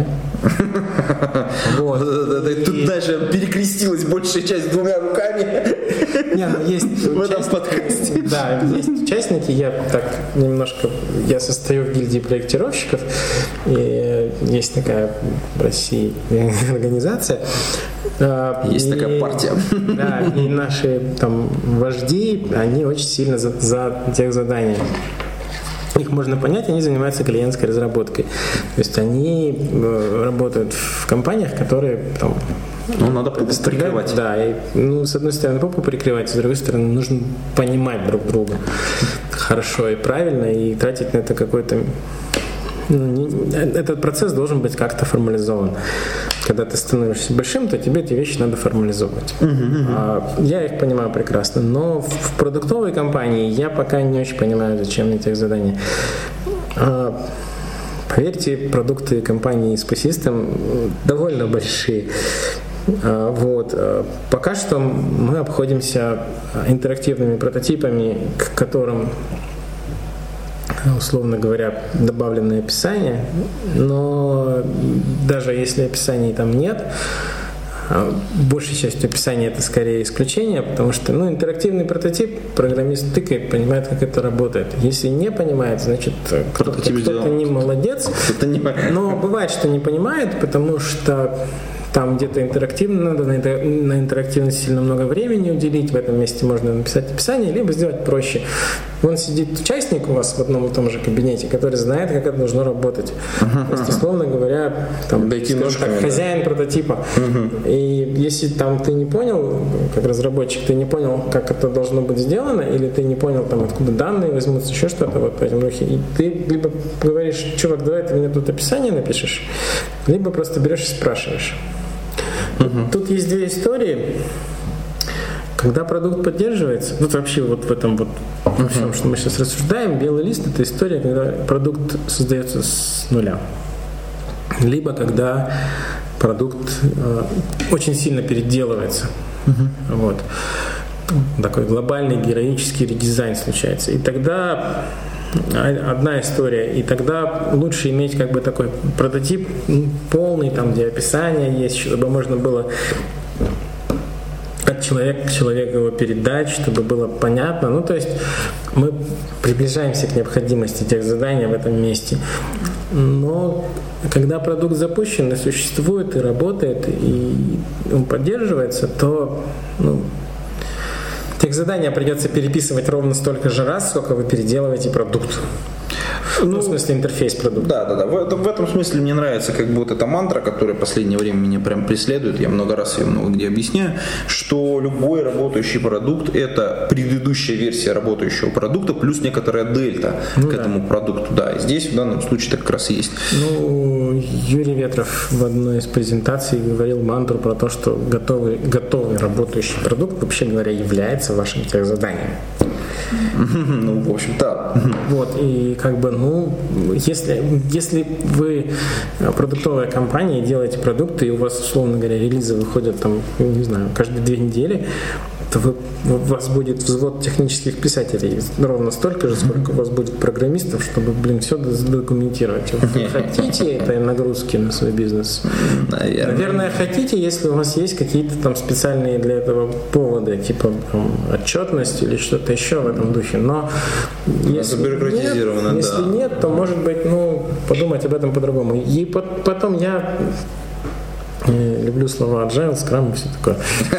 Тут даже перекрестилась большая часть двумя руками. Не, ну есть в этом подкасте. Да, есть участники. Я так немножко, я состою в гильдии проектировщиков. И есть такая в России организация. Есть и, такая партия. Да, и наши там вожди, они очень сильно за, за тех заданий. Их можно понять, они занимаются клиентской разработкой. То есть они э, работают в компаниях, которые там... Ну, надо попу прикрывать. Да, и, ну, с одной стороны попу прикрывать, с другой стороны нужно понимать друг друга хорошо и правильно, и тратить на это какой-то... Ну, не, этот процесс должен быть как-то формализован. Когда ты становишься большим, то тебе эти вещи надо формализовывать. Uh-huh, uh-huh. А, я их понимаю прекрасно, но в, в продуктовой компании я пока не очень понимаю, зачем мне тех заданий. А, поверьте, продукты компании Space System довольно большие. А, вот. А, пока что мы обходимся интерактивными прототипами, к которым, условно говоря, добавленное описание, но даже если описаний там нет, большей частью описания это скорее исключение, потому что ну, интерактивный прототип, программист тыкает, понимает, как это работает. Если не понимает, значит кто-то, кто-то не молодец, кто-то не... но бывает, что не понимает, потому что там где-то интерактивно, надо на, это, на интерактивность сильно много времени уделить, в этом месте можно написать описание, либо сделать проще. Вон сидит участник у вас в одном и том же кабинете, который знает, как это должно работать. Uh-huh, То есть, условно говоря, там, скажем так, хозяин да. прототипа. Uh-huh. И если там ты не понял, как разработчик, ты не понял, как это должно быть сделано, или ты не понял, там, откуда данные возьмутся, еще что-то вот по этим духе, и ты либо говоришь, чувак, давай ты мне тут описание напишешь, либо просто берешь и спрашиваешь. Uh-huh. Тут есть две истории. Когда продукт поддерживается, ну вообще вот в этом вот во всем, что мы сейчас рассуждаем, белый лист — это история, когда продукт создается с нуля. Либо когда продукт э, очень сильно переделывается. Uh-huh. Вот. Такой глобальный героический редизайн случается. И тогда одна история, и тогда лучше иметь как бы такой прототип полный, там где описание есть, чтобы можно было от человека к человеку его передать, чтобы было понятно. Ну, то есть мы приближаемся к необходимости тех заданий в этом месте. Но когда продукт запущен и существует, и работает, и он поддерживается, то ну, тех задания придется переписывать ровно столько же раз, сколько вы переделываете продукт. Ну, ну, в смысле интерфейс продукта. Да, да, да. В, в этом смысле мне нравится как бы вот эта мантра, которая в последнее время меня прям преследует. Я много раз ее много где объясняю, что любой работающий продукт — это предыдущая версия работающего продукта плюс некоторая дельта ну, к да. этому продукту. Да, и здесь в данном случае так как раз есть. Ну, Юрий Ветров в одной из презентаций говорил мантру про то, что готовый, готовый работающий продукт, вообще говоря, является вашим техзаданием. Ну, в общем-то. Вот, и как бы, ну, если, если вы продуктовая компания и делаете продукты, и у вас, условно говоря, релизы выходят там, не знаю, каждые две недели, то вы, у вас будет взвод технических писателей ровно столько же, сколько у вас будет программистов, чтобы, блин, все задокументировать. Вы хотите этой нагрузки на свой бизнес? Наверное. Наверное, хотите, если у вас есть какие-то там специальные для этого поводы, типа там, отчетность или что-то еще в этом духе. Но если забюрократизировано, нет, если да. нет, то, может быть, ну, подумать об этом по-другому. И потом я люблю слова agile, scrum и все такое.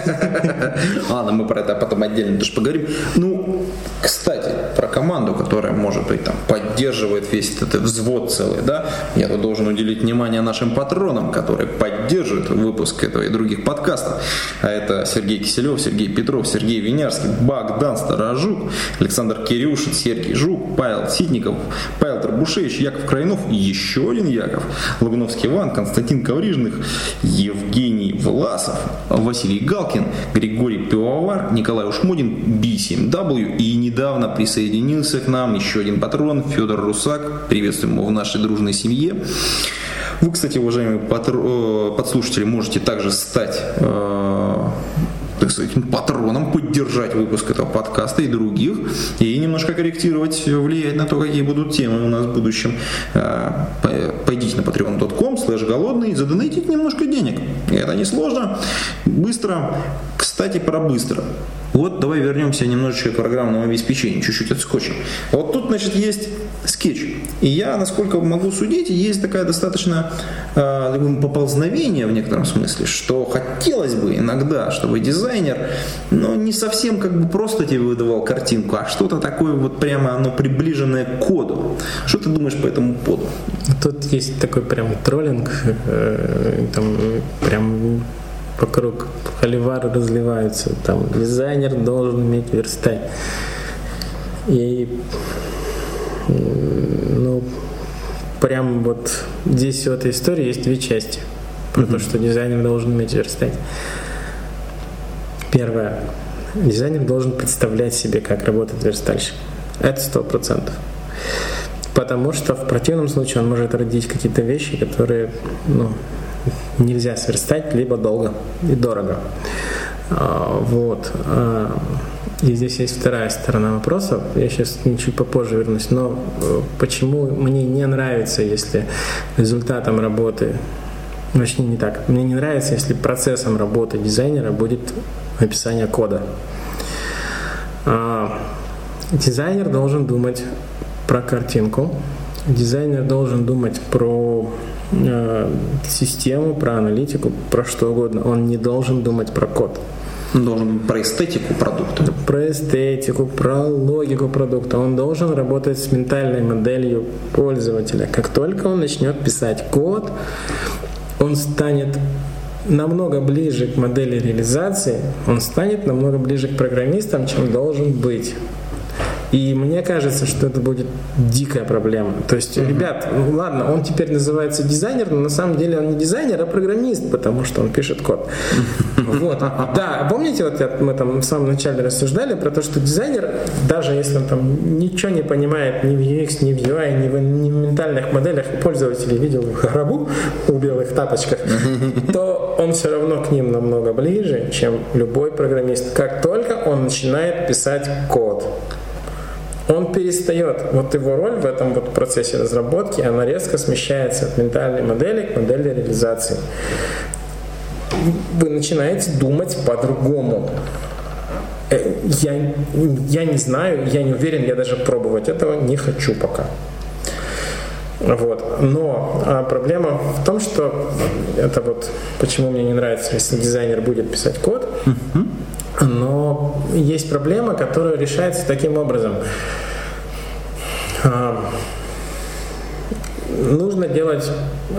Ладно, мы про это потом отдельно тоже поговорим. Ну, кстати, про команду, которая, может быть, там поддерживает весь этот взвод целый, да, я тут должен уделить внимание нашим патронам, которые поддерживают выпуск этого и других подкастов. А это Сергей Киселев, Сергей Петров, Сергей Винярский, Богдан Старожук, Александр Кирюшин, Сергей Жук, Павел Ситников, Павел Трабушевич, Яков Крайнов, еще один Яков, Лагуновский Иван, Константин Коврижных, Евгений Власов, Василий Галкин, Григорий Пивовар, Николай Ушмудин, би семь дабл ю, и недавно присоединился к нам еще один патрон, Федор Русак. Приветствуем его в нашей дружной семье. Вы, кстати, уважаемые подслушатели, можете также стать э, так сказать, патроном поддержать выпуск этого подкаста и других, и немножко корректировать, влиять на то, какие будут темы у нас в будущем. Пойдите на patreon точка com слэш голодный, задонатите немножко денег. Это несложно, быстро. Кстати, про быстро. Вот давай вернемся немножечко к программному обеспечению, чуть-чуть отскочим. Вот тут, значит, есть скетч. И я, насколько могу судить, есть такая достаточно э, поползновение в некотором смысле, что хотелось бы иногда, чтобы дизайнер, ну, не совсем как бы просто тебе выдавал картинку, а что-то такое вот прямо оно приближенное к коду. Что ты думаешь по этому поводу? Тут есть такой прям троллинг, э, там прям... вокруг холивары разливаются, там дизайнер должен уметь верстать. И ну, прям вот здесь в этой истории есть две части про mm-hmm. то, что дизайнер должен уметь верстать. Первое. Дизайнер должен представлять себе, как работает верстальщик. Это сто процентов. Потому что в противном случае он может родить какие-то вещи, которые, ну, нельзя сверстать либо долго и дорого. Вот. И здесь есть вторая сторона вопроса. Я сейчас чуть попозже вернусь. Но почему мне не нравится, если результатом работы, точнее не так, мне не нравится, если процессом работы дизайнера будет написание кода. Дизайнер должен думать про картинку. Дизайнер должен думать про систему, про аналитику, про что угодно. Он не должен думать про код. Он должен про эстетику продукта. Про эстетику, про логику продукта. Он должен работать с ментальной моделью пользователя. Как только он начнет писать код, он станет намного ближе к модели реализации, он станет намного ближе к программистам, чем должен быть. И мне кажется, что это будет дикая проблема. То есть, uh-huh. ребят, ну ладно, он теперь называется дизайнер, но на самом деле он не дизайнер, а программист, потому что он пишет код. Вот. Да, помните, вот мы там в самом начале рассуждали про то, что дизайнер, даже если он там ничего не понимает ни в ю экс, ни в ю ай, ни в, ни в ментальных моделях пользователей, видел в гробу в белых тапочках, то он все равно к ним намного ближе, чем любой программист. Как только он начинает писать код, он перестает, вот его роль в этом вот процессе разработки, она резко смещается от ментальной модели к модели реализации. Вы начинаете думать по-другому. Я, я не знаю, я не уверен, я даже пробовать этого не хочу пока. Вот. Но а проблема в том, что это вот почему мне не нравится, если дизайнер будет писать код. Uh-huh. Но есть проблема, которая решается таким образом. Нужно делать...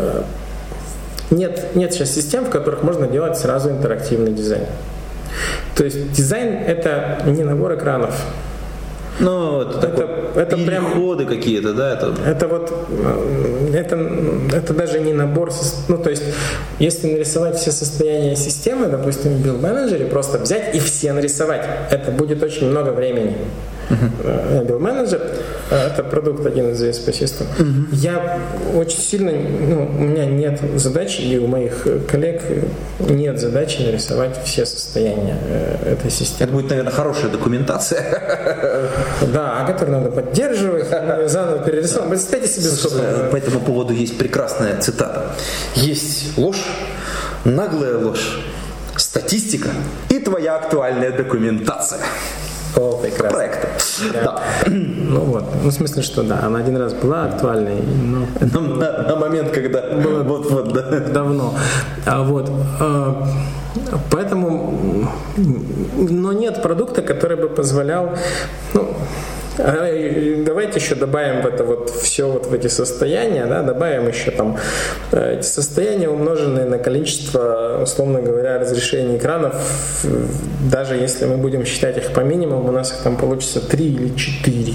Нет, нет сейчас систем, в которых можно делать сразу интерактивный дизайн. То есть дизайн — это не набор экранов. Ну, это, это, это переходы прям, какие-то, да? Это... это вот, это, это даже не набор, ну, то есть, если нарисовать все состояния системы, допустим, в Build Manager, просто взять и все нарисовать, это будет очень много времени. Uh-huh. Build Manager — это продукт один из ви эс пи System. Uh-huh. Я очень сильно, ну, у меня нет задачи, и у моих коллег нет задачи нарисовать все состояния этой системы. Это будет, наверное, хорошая документация. Да, а которую надо поддерживать, заново перерисовывать. Представьте себе. По этому поводу есть прекрасная цитата. Есть ложь, наглая ложь, статистика и твоя актуальная документация. О, прекрасно. Проекта. Да. Да. Ну вот, ну в смысле, что да, она один раз была актуальной, но на, на, на момент, когда было вот, вот, да. давно. А вот, а, поэтому, но нет продукта, который бы позволял, ну, давайте еще добавим в это вот все вот в эти состояния, да, добавим еще там эти состояния, умноженные на количество, условно говоря, разрешений экранов. Даже если мы будем считать их по минимуму, у нас их там получится три или четыре.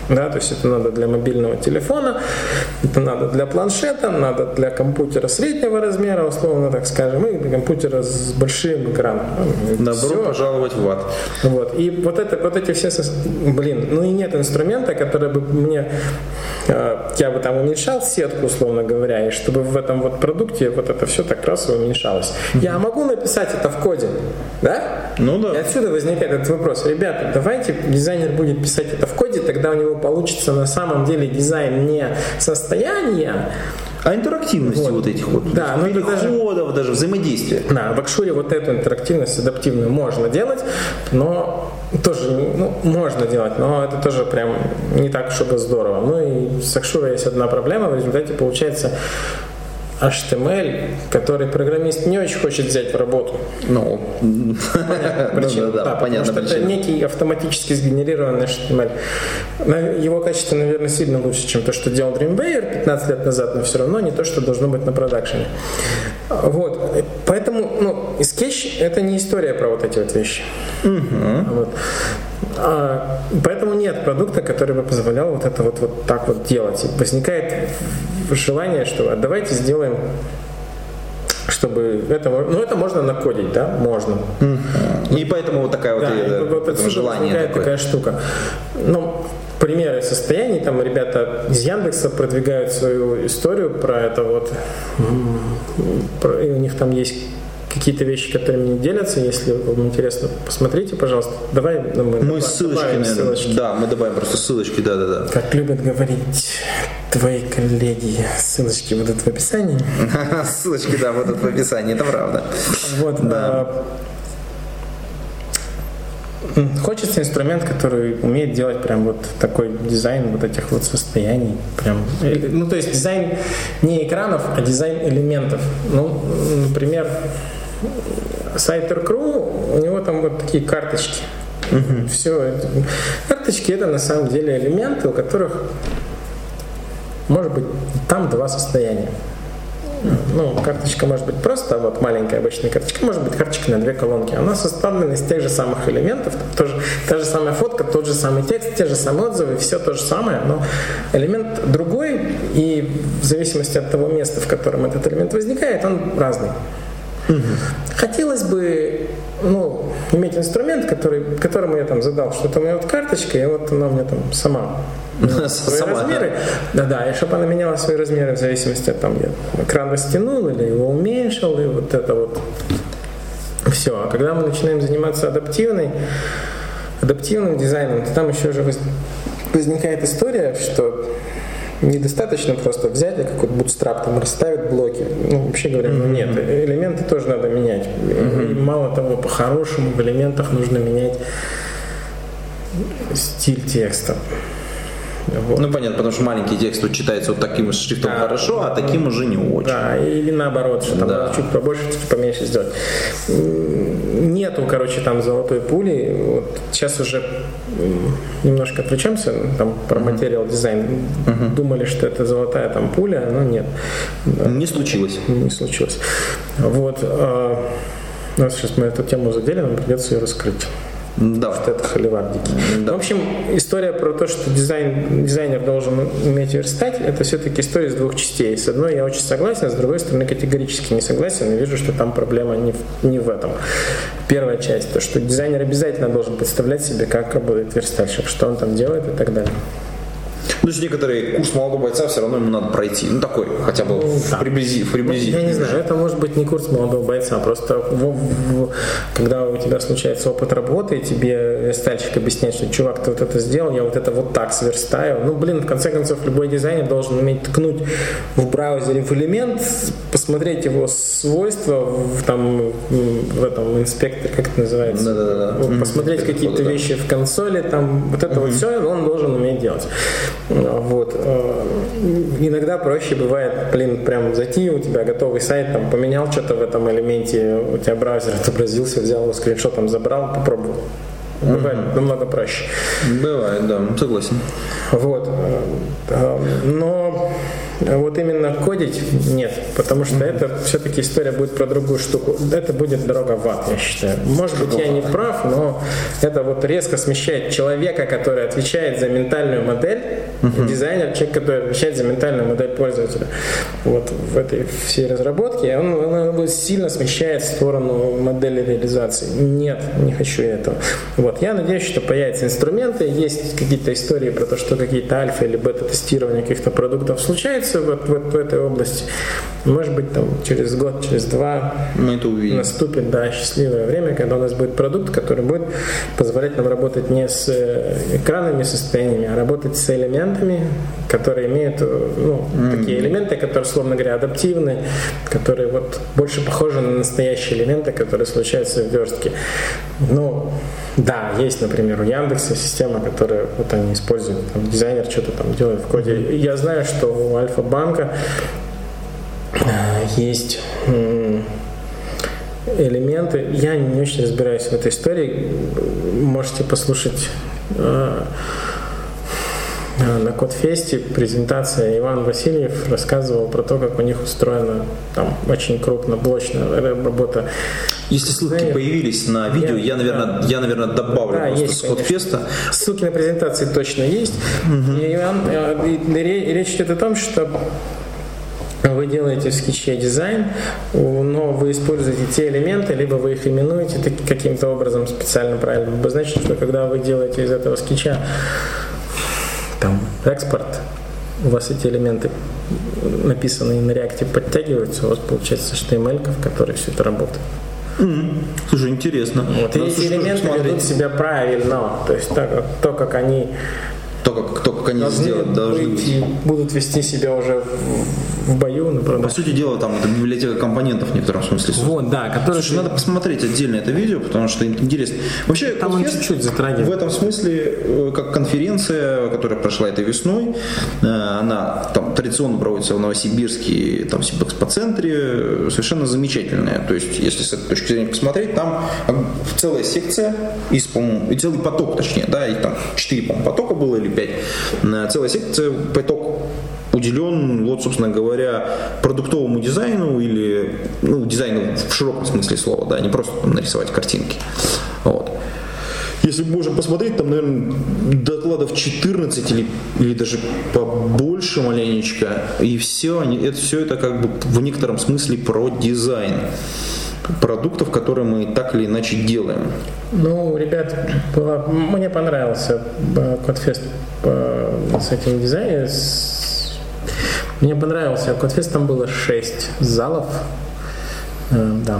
Да, то есть это надо для мобильного телефона, это надо для планшета, надо для компьютера среднего размера, условно так скажем, и для компьютера с большим экраном. Добро Все. пожаловать в ад. Вот. И вот, это, вот эти все, блин, ну и нет инструмента, который бы мне, э, я бы там уменьшал сетку, условно говоря, и чтобы в этом вот продукте вот это все так раз уменьшалось. Mm-hmm. Я могу написать это в коде, да? Ну да. И отсюда возникает этот вопрос. Ребята, давайте дизайнер будет писать это в коде, тогда у него получится на самом деле дизайн не состояния, а интерактивности вот, вот этих вот да, ну, переходов, даже, даже взаимодействия. Да, в Акшуре вот эту интерактивность адаптивную можно делать, но тоже, ну, можно делать, но это тоже прям не так, чтобы здорово. Ну и с Акшура есть одна проблема, в результате получается эйч ти эм эль, который программист не очень хочет взять в работу. Ну, понятно, причина. Да, да, понятно, потому что это некий автоматически сгенерированный эйч ти эм эль. Его качество, наверное, сильно лучше, чем то, что делал Dreamweaver пятнадцать лет назад, но все равно не то, что должно быть на продакшене. Вот. Поэтому, ну, Sketch — это не история про вот эти вот вещи. Uh-huh. Вот. А, поэтому нет продукта, который бы позволял вот это вот, вот так вот делать. И возникает желание, что а давайте сделаем, чтобы это, ну это можно накодить, да, можно. Uh-huh. И поэтому вот такая да, вот, это, вот отсюда желание возникает такое. Такая штука. Ну, примеры состояний, там ребята из Яндекса продвигают свою историю про это вот, и у них там есть какие-то вещи, которыми не делятся. Если вам интересно, посмотрите, пожалуйста. Давай мы, мы добав, ссылочки, добавим ссылочки. Да, мы добавим просто ссылочки, да-да-да. Как любят говорить твои коллеги, ссылочки будут в описании. Ссылочки, да, будут в описании, это правда. Вот, да. Хочется инструмент, который умеет делать прям вот такой дизайн вот этих вот состояний. Прям, ну, то есть дизайн не экранов, а дизайн элементов. Ну, например, Сайт.ру, у него там вот такие карточки. Uh-huh. Все. Карточки — это на самом деле элементы, у которых может быть там два состояния. Ну, карточка может быть просто вот маленькая обычная карточка, может быть карточка на две колонки. Она составлена из тех же самых элементов, тоже, та же самая фотка, тот же самый текст, те же самые отзывы, все то же самое, но элемент другой, и в зависимости от того места, в котором этот элемент возникает, он разный. Угу. Хотелось бы, ну, иметь инструмент, который, которому я там задал, что это у меня вот карточка, и вот она у меня там сама. Ну, свои Сама, размеры, да, да, и чтобы она меняла свои размеры в зависимости от там, я экран растянул или его уменьшил, и вот это вот все. А когда мы начинаем заниматься адаптивной, адаптивным дизайном, то там еще же возникает история, что недостаточно просто взять и какой-то бутстрап там расставить блоки. Ну, вообще говоря, ну нет, элементы тоже надо менять. Mm-hmm. И мало того, по-хорошему в элементах нужно менять стиль текста. Вот. Ну понятно, потому что маленький текст вот читается вот таким шрифтом да, хорошо, а таким уже не очень. Да, или наоборот, что там да. надо чуть побольше, чуть поменьше сделать. Нету, короче, там золотой пули. Вот сейчас уже немножко отвлечемся там про uh-huh. материал дизайн. Uh-huh. Думали, что это золотая там пуля, но нет. Не случилось. Не случилось. Вот. Ну, сейчас мы эту тему задели, нам придется ее раскрыть. Да. Что это холивар дикий. Да. В общем, история про то, что дизайн, дизайнер должен уметь верстать, это все-таки история из двух частей. С одной я очень согласен, с другой стороны категорически не согласен и вижу, что там проблема не в, не в этом. Первая часть, то, что дизайнер обязательно должен представлять себе, как работает верстальщик, что он там делает и так далее. То есть некоторые курс молодого бойца все равно ему надо пройти. Ну такой, хотя бы в да. приблизи, в приблизи. Я не знаю, это может быть не курс молодого бойца, просто в, в, когда у тебя случается опыт работы, и тебе верстальщик объясняет, что чувак, ты вот это сделал, я вот это вот так сверстаю. Ну блин, в конце концов, любой дизайнер должен уметь ткнуть в браузере в элемент, посмотреть его свойства в, там, в этом инспекторе, как это называется, Да-да-да. посмотреть mm-hmm. какие-то mm-hmm. вещи в консоли, там, вот это mm-hmm. вот все он должен уметь делать. Вот. Иногда проще бывает, блин, прям зайти, у тебя готовый сайт, там, поменял что-то в этом элементе, у тебя браузер отобразился, взял его скриншотом, забрал, попробовал. Бывает mm-hmm. намного проще. Бывает, да, согласен. Вот. Но Вот именно кодить нет, потому что mm-hmm. это все-таки история будет про другую штуку. Это будет дорога в ад, я считаю. Может быть, я не прав, но это вот резко смещает человека, который отвечает за ментальную модель, mm-hmm. дизайнер, человек, который отвечает за ментальную модель пользователя. Вот в этой всей разработке он, он его сильно смещает в сторону модели реализации. Нет, не хочу я этого. Вот. Я надеюсь, что появятся инструменты, есть какие-то истории про то, что какие-то альфа или бета-тестирования каких-то продуктов случаются вот, вот в этой области. Может быть, там через год, через два мы это увидим. Наступит, да, счастливое время, когда у нас будет продукт, который будет позволять нам работать не с экранными состояниями, а работать с элементами, которые имеют, ну, mm-hmm. такие элементы, которые, словно говоря, адаптивны, которые вот больше похожи на настоящие элементы, которые случаются в верстке. Ну, да, есть, например, у Яндекса система, которую вот они используют, там, дизайнер что-то там делает в коде. Я знаю, что у Альфа-банка есть элементы, я не очень разбираюсь в этой истории, можете послушать на Кодфесте презентация. Иван Васильев рассказывал про то, как у них устроена там очень крупноблочная работа. Если ссылки Знаете, появились на видео, я, я, наверное, да. я, наверное, добавлю да, просто есть, с Кодфеста. Ссылки на презентации точно есть. Угу. И, Иван, и речь идет о том, что вы делаете в скетче дизайн, но вы используете те элементы, либо вы их именуете каким-то образом специально правильно. Обозначить, что когда вы делаете из этого скетча там, экспорт, у вас эти элементы, написанные на React, подтягиваются, у вас получается эйч ти эм эль, в которой все это работает. Mm-hmm. Слушай, интересно. Вот, и эти элементы ведут себя правильно, то есть так, то, как они То, как, то, как они должны сделать, должны быть. И будут вести себя уже в, в бою, например. По сути дела, там это библиотека компонентов в некотором смысле. Вот, да. Которые... Слушай, надо посмотреть отдельно это видео, потому что интересно. Вообще, там он чуть-чуть затрагивает. В этом смысле, как конференция, которая прошла этой весной, она там традиционно проводится в Новосибирске, там в Сибэкспо-центре, совершенно замечательная. То есть, если с этой точки зрения посмотреть, там целая секция, из, по-моему, и целый поток, точнее, да, и там четыре, по-моему, потока было, или пять. Целая секция, поток уделен, вот, собственно говоря, продуктовому дизайну или, ну, дизайну в широком смысле слова, да, не просто там, нарисовать картинки. Вот. Если мы можем посмотреть, там, наверное, докладов четырнадцать или, или даже побольше маленечко, и все, они, это, все это как бы в некотором смысле про дизайн продуктов, которые мы так или иначе делаем. Ну, ребят, было, мне понравился Кодфест с этим дизайном. Мне понравился Кодфест, там было шесть залов. Да.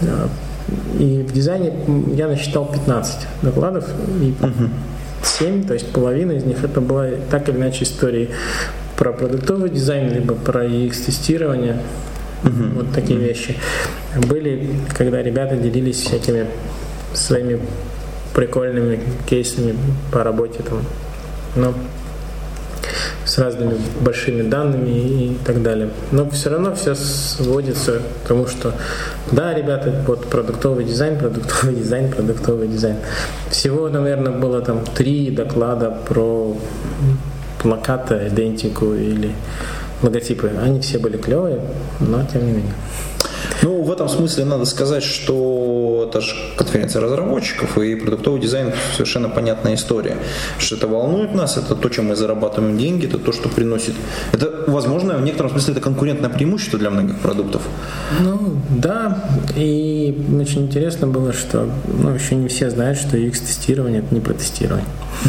И в дизайне я насчитал пятнадцать докладов, и семь, то есть половина из них это была так или иначе истории про продуктовый дизайн, либо про ю экс-тестирование. Uh-huh. Вот такие uh-huh. вещи. Были, когда ребята делились всякими своими прикольными кейсами по работе там, ну, с разными большими данными и так далее. Но все равно все сводится к тому, что да, ребята, вот продуктовый дизайн, продуктовый дизайн, продуктовый дизайн. Всего, наверное, было там три доклада про плакаты, идентику или логотипы. Они все были клевые, но тем не менее. Ну, в этом смысле надо сказать, что это же конференция разработчиков, и продуктовый дизайн совершенно понятная история. Что это волнует нас, это то, чем мы зарабатываем деньги, это то, что приносит. Это, возможно, в некотором смысле это конкурентное преимущество для многих продуктов. Ну, да. И очень интересно было, что ну, еще не все знают, что ю экс-тестирование это не про тестирование.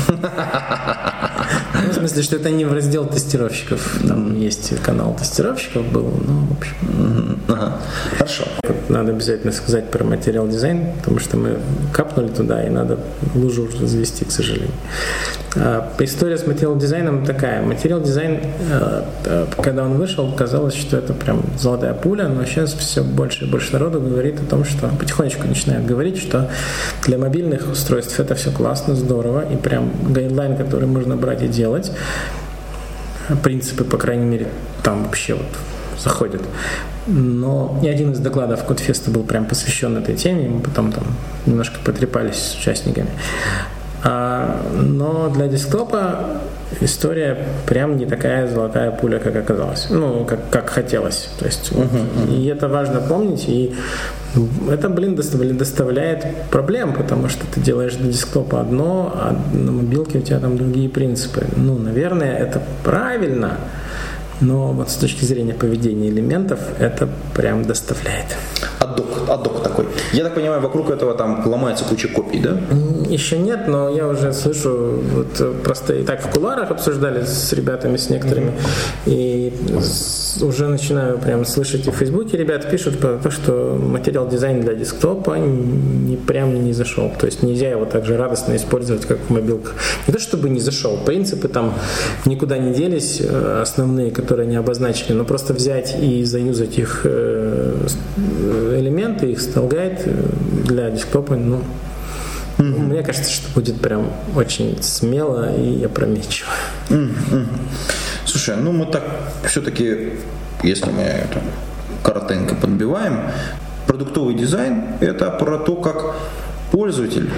Ну, в смысле, что это не в раздел тестировщиков. Там mm-hmm. есть канал тестировщиков был, ну, в общем. Mm-hmm. Ага. Хорошо. Надо обязательно сказать про материал дизайн, потому что мы капнули туда, и надо лужу развести, к сожалению. А, история с материал дизайном такая. Материал дизайн, когда он вышел, казалось, что это прям золотая пуля, но сейчас все больше и больше народу говорит о том, что потихонечку начинают говорить, что для мобильных устройств это все классно, здорово, и прям гайдлайн, который можно брать и делать, принципы, по крайней мере, там вообще вот заходят. Но ни один из докладов Кодфеста был прям посвящен этой теме, мы потом там немножко потрепались с участниками. А, но для десктопа история прям не такая золотая пуля, как оказалось. Ну, как, как хотелось. То есть, вот, uh-huh, uh-huh. И это важно помнить. И это, блин, доставляет проблем, потому что ты делаешь для десктопа одно, а на мобилке у тебя там другие принципы. Ну, наверное, это правильно, но вот с точки зрения поведения элементов это прям доставляет. Аддок, аддок такой. Я так понимаю, вокруг этого там ломается куча копий, да? Еще нет, но я уже слышу, вот просто и так в кулуарах обсуждали с ребятами, с некоторыми, mm-hmm. и с, уже начинаю прям слышать и в Фейсбуке ребята пишут про то, что материал дизайн для десктопа не, прям не зашел. То есть нельзя его так же радостно использовать, как в мобилках. Не то чтобы не зашел, принципы там никуда не делись, основные, которые они обозначили, но просто взять и заюзать их элементы, их стайлгайд для десктопа, ну, mm-hmm. мне кажется, что будет прям очень смело и опрометчиво. Mm-hmm. Слушай, ну мы так все-таки, если мы это коротенько подбиваем, продуктовый дизайн – это про то, как пользователь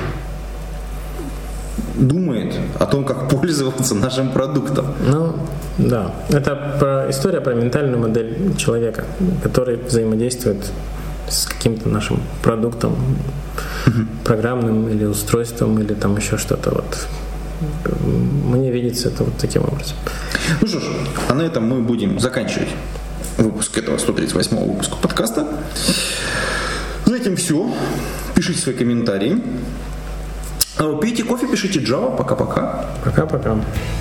думает о том, как пользоваться нашим продуктом. Ну, да. Это про, история про ментальную модель человека, который взаимодействует с каким-то нашим продуктом, uh-huh. программным или устройством, или там еще что-то. Вот. Мне видится это вот таким образом. Ну что ж, а на этом мы будем заканчивать выпуск этого сто тридцать восьмого выпуска подкаста. На этом все. Пишите свои комментарии. Пейте кофе, пишите Java. Пока-пока. Пока-пока.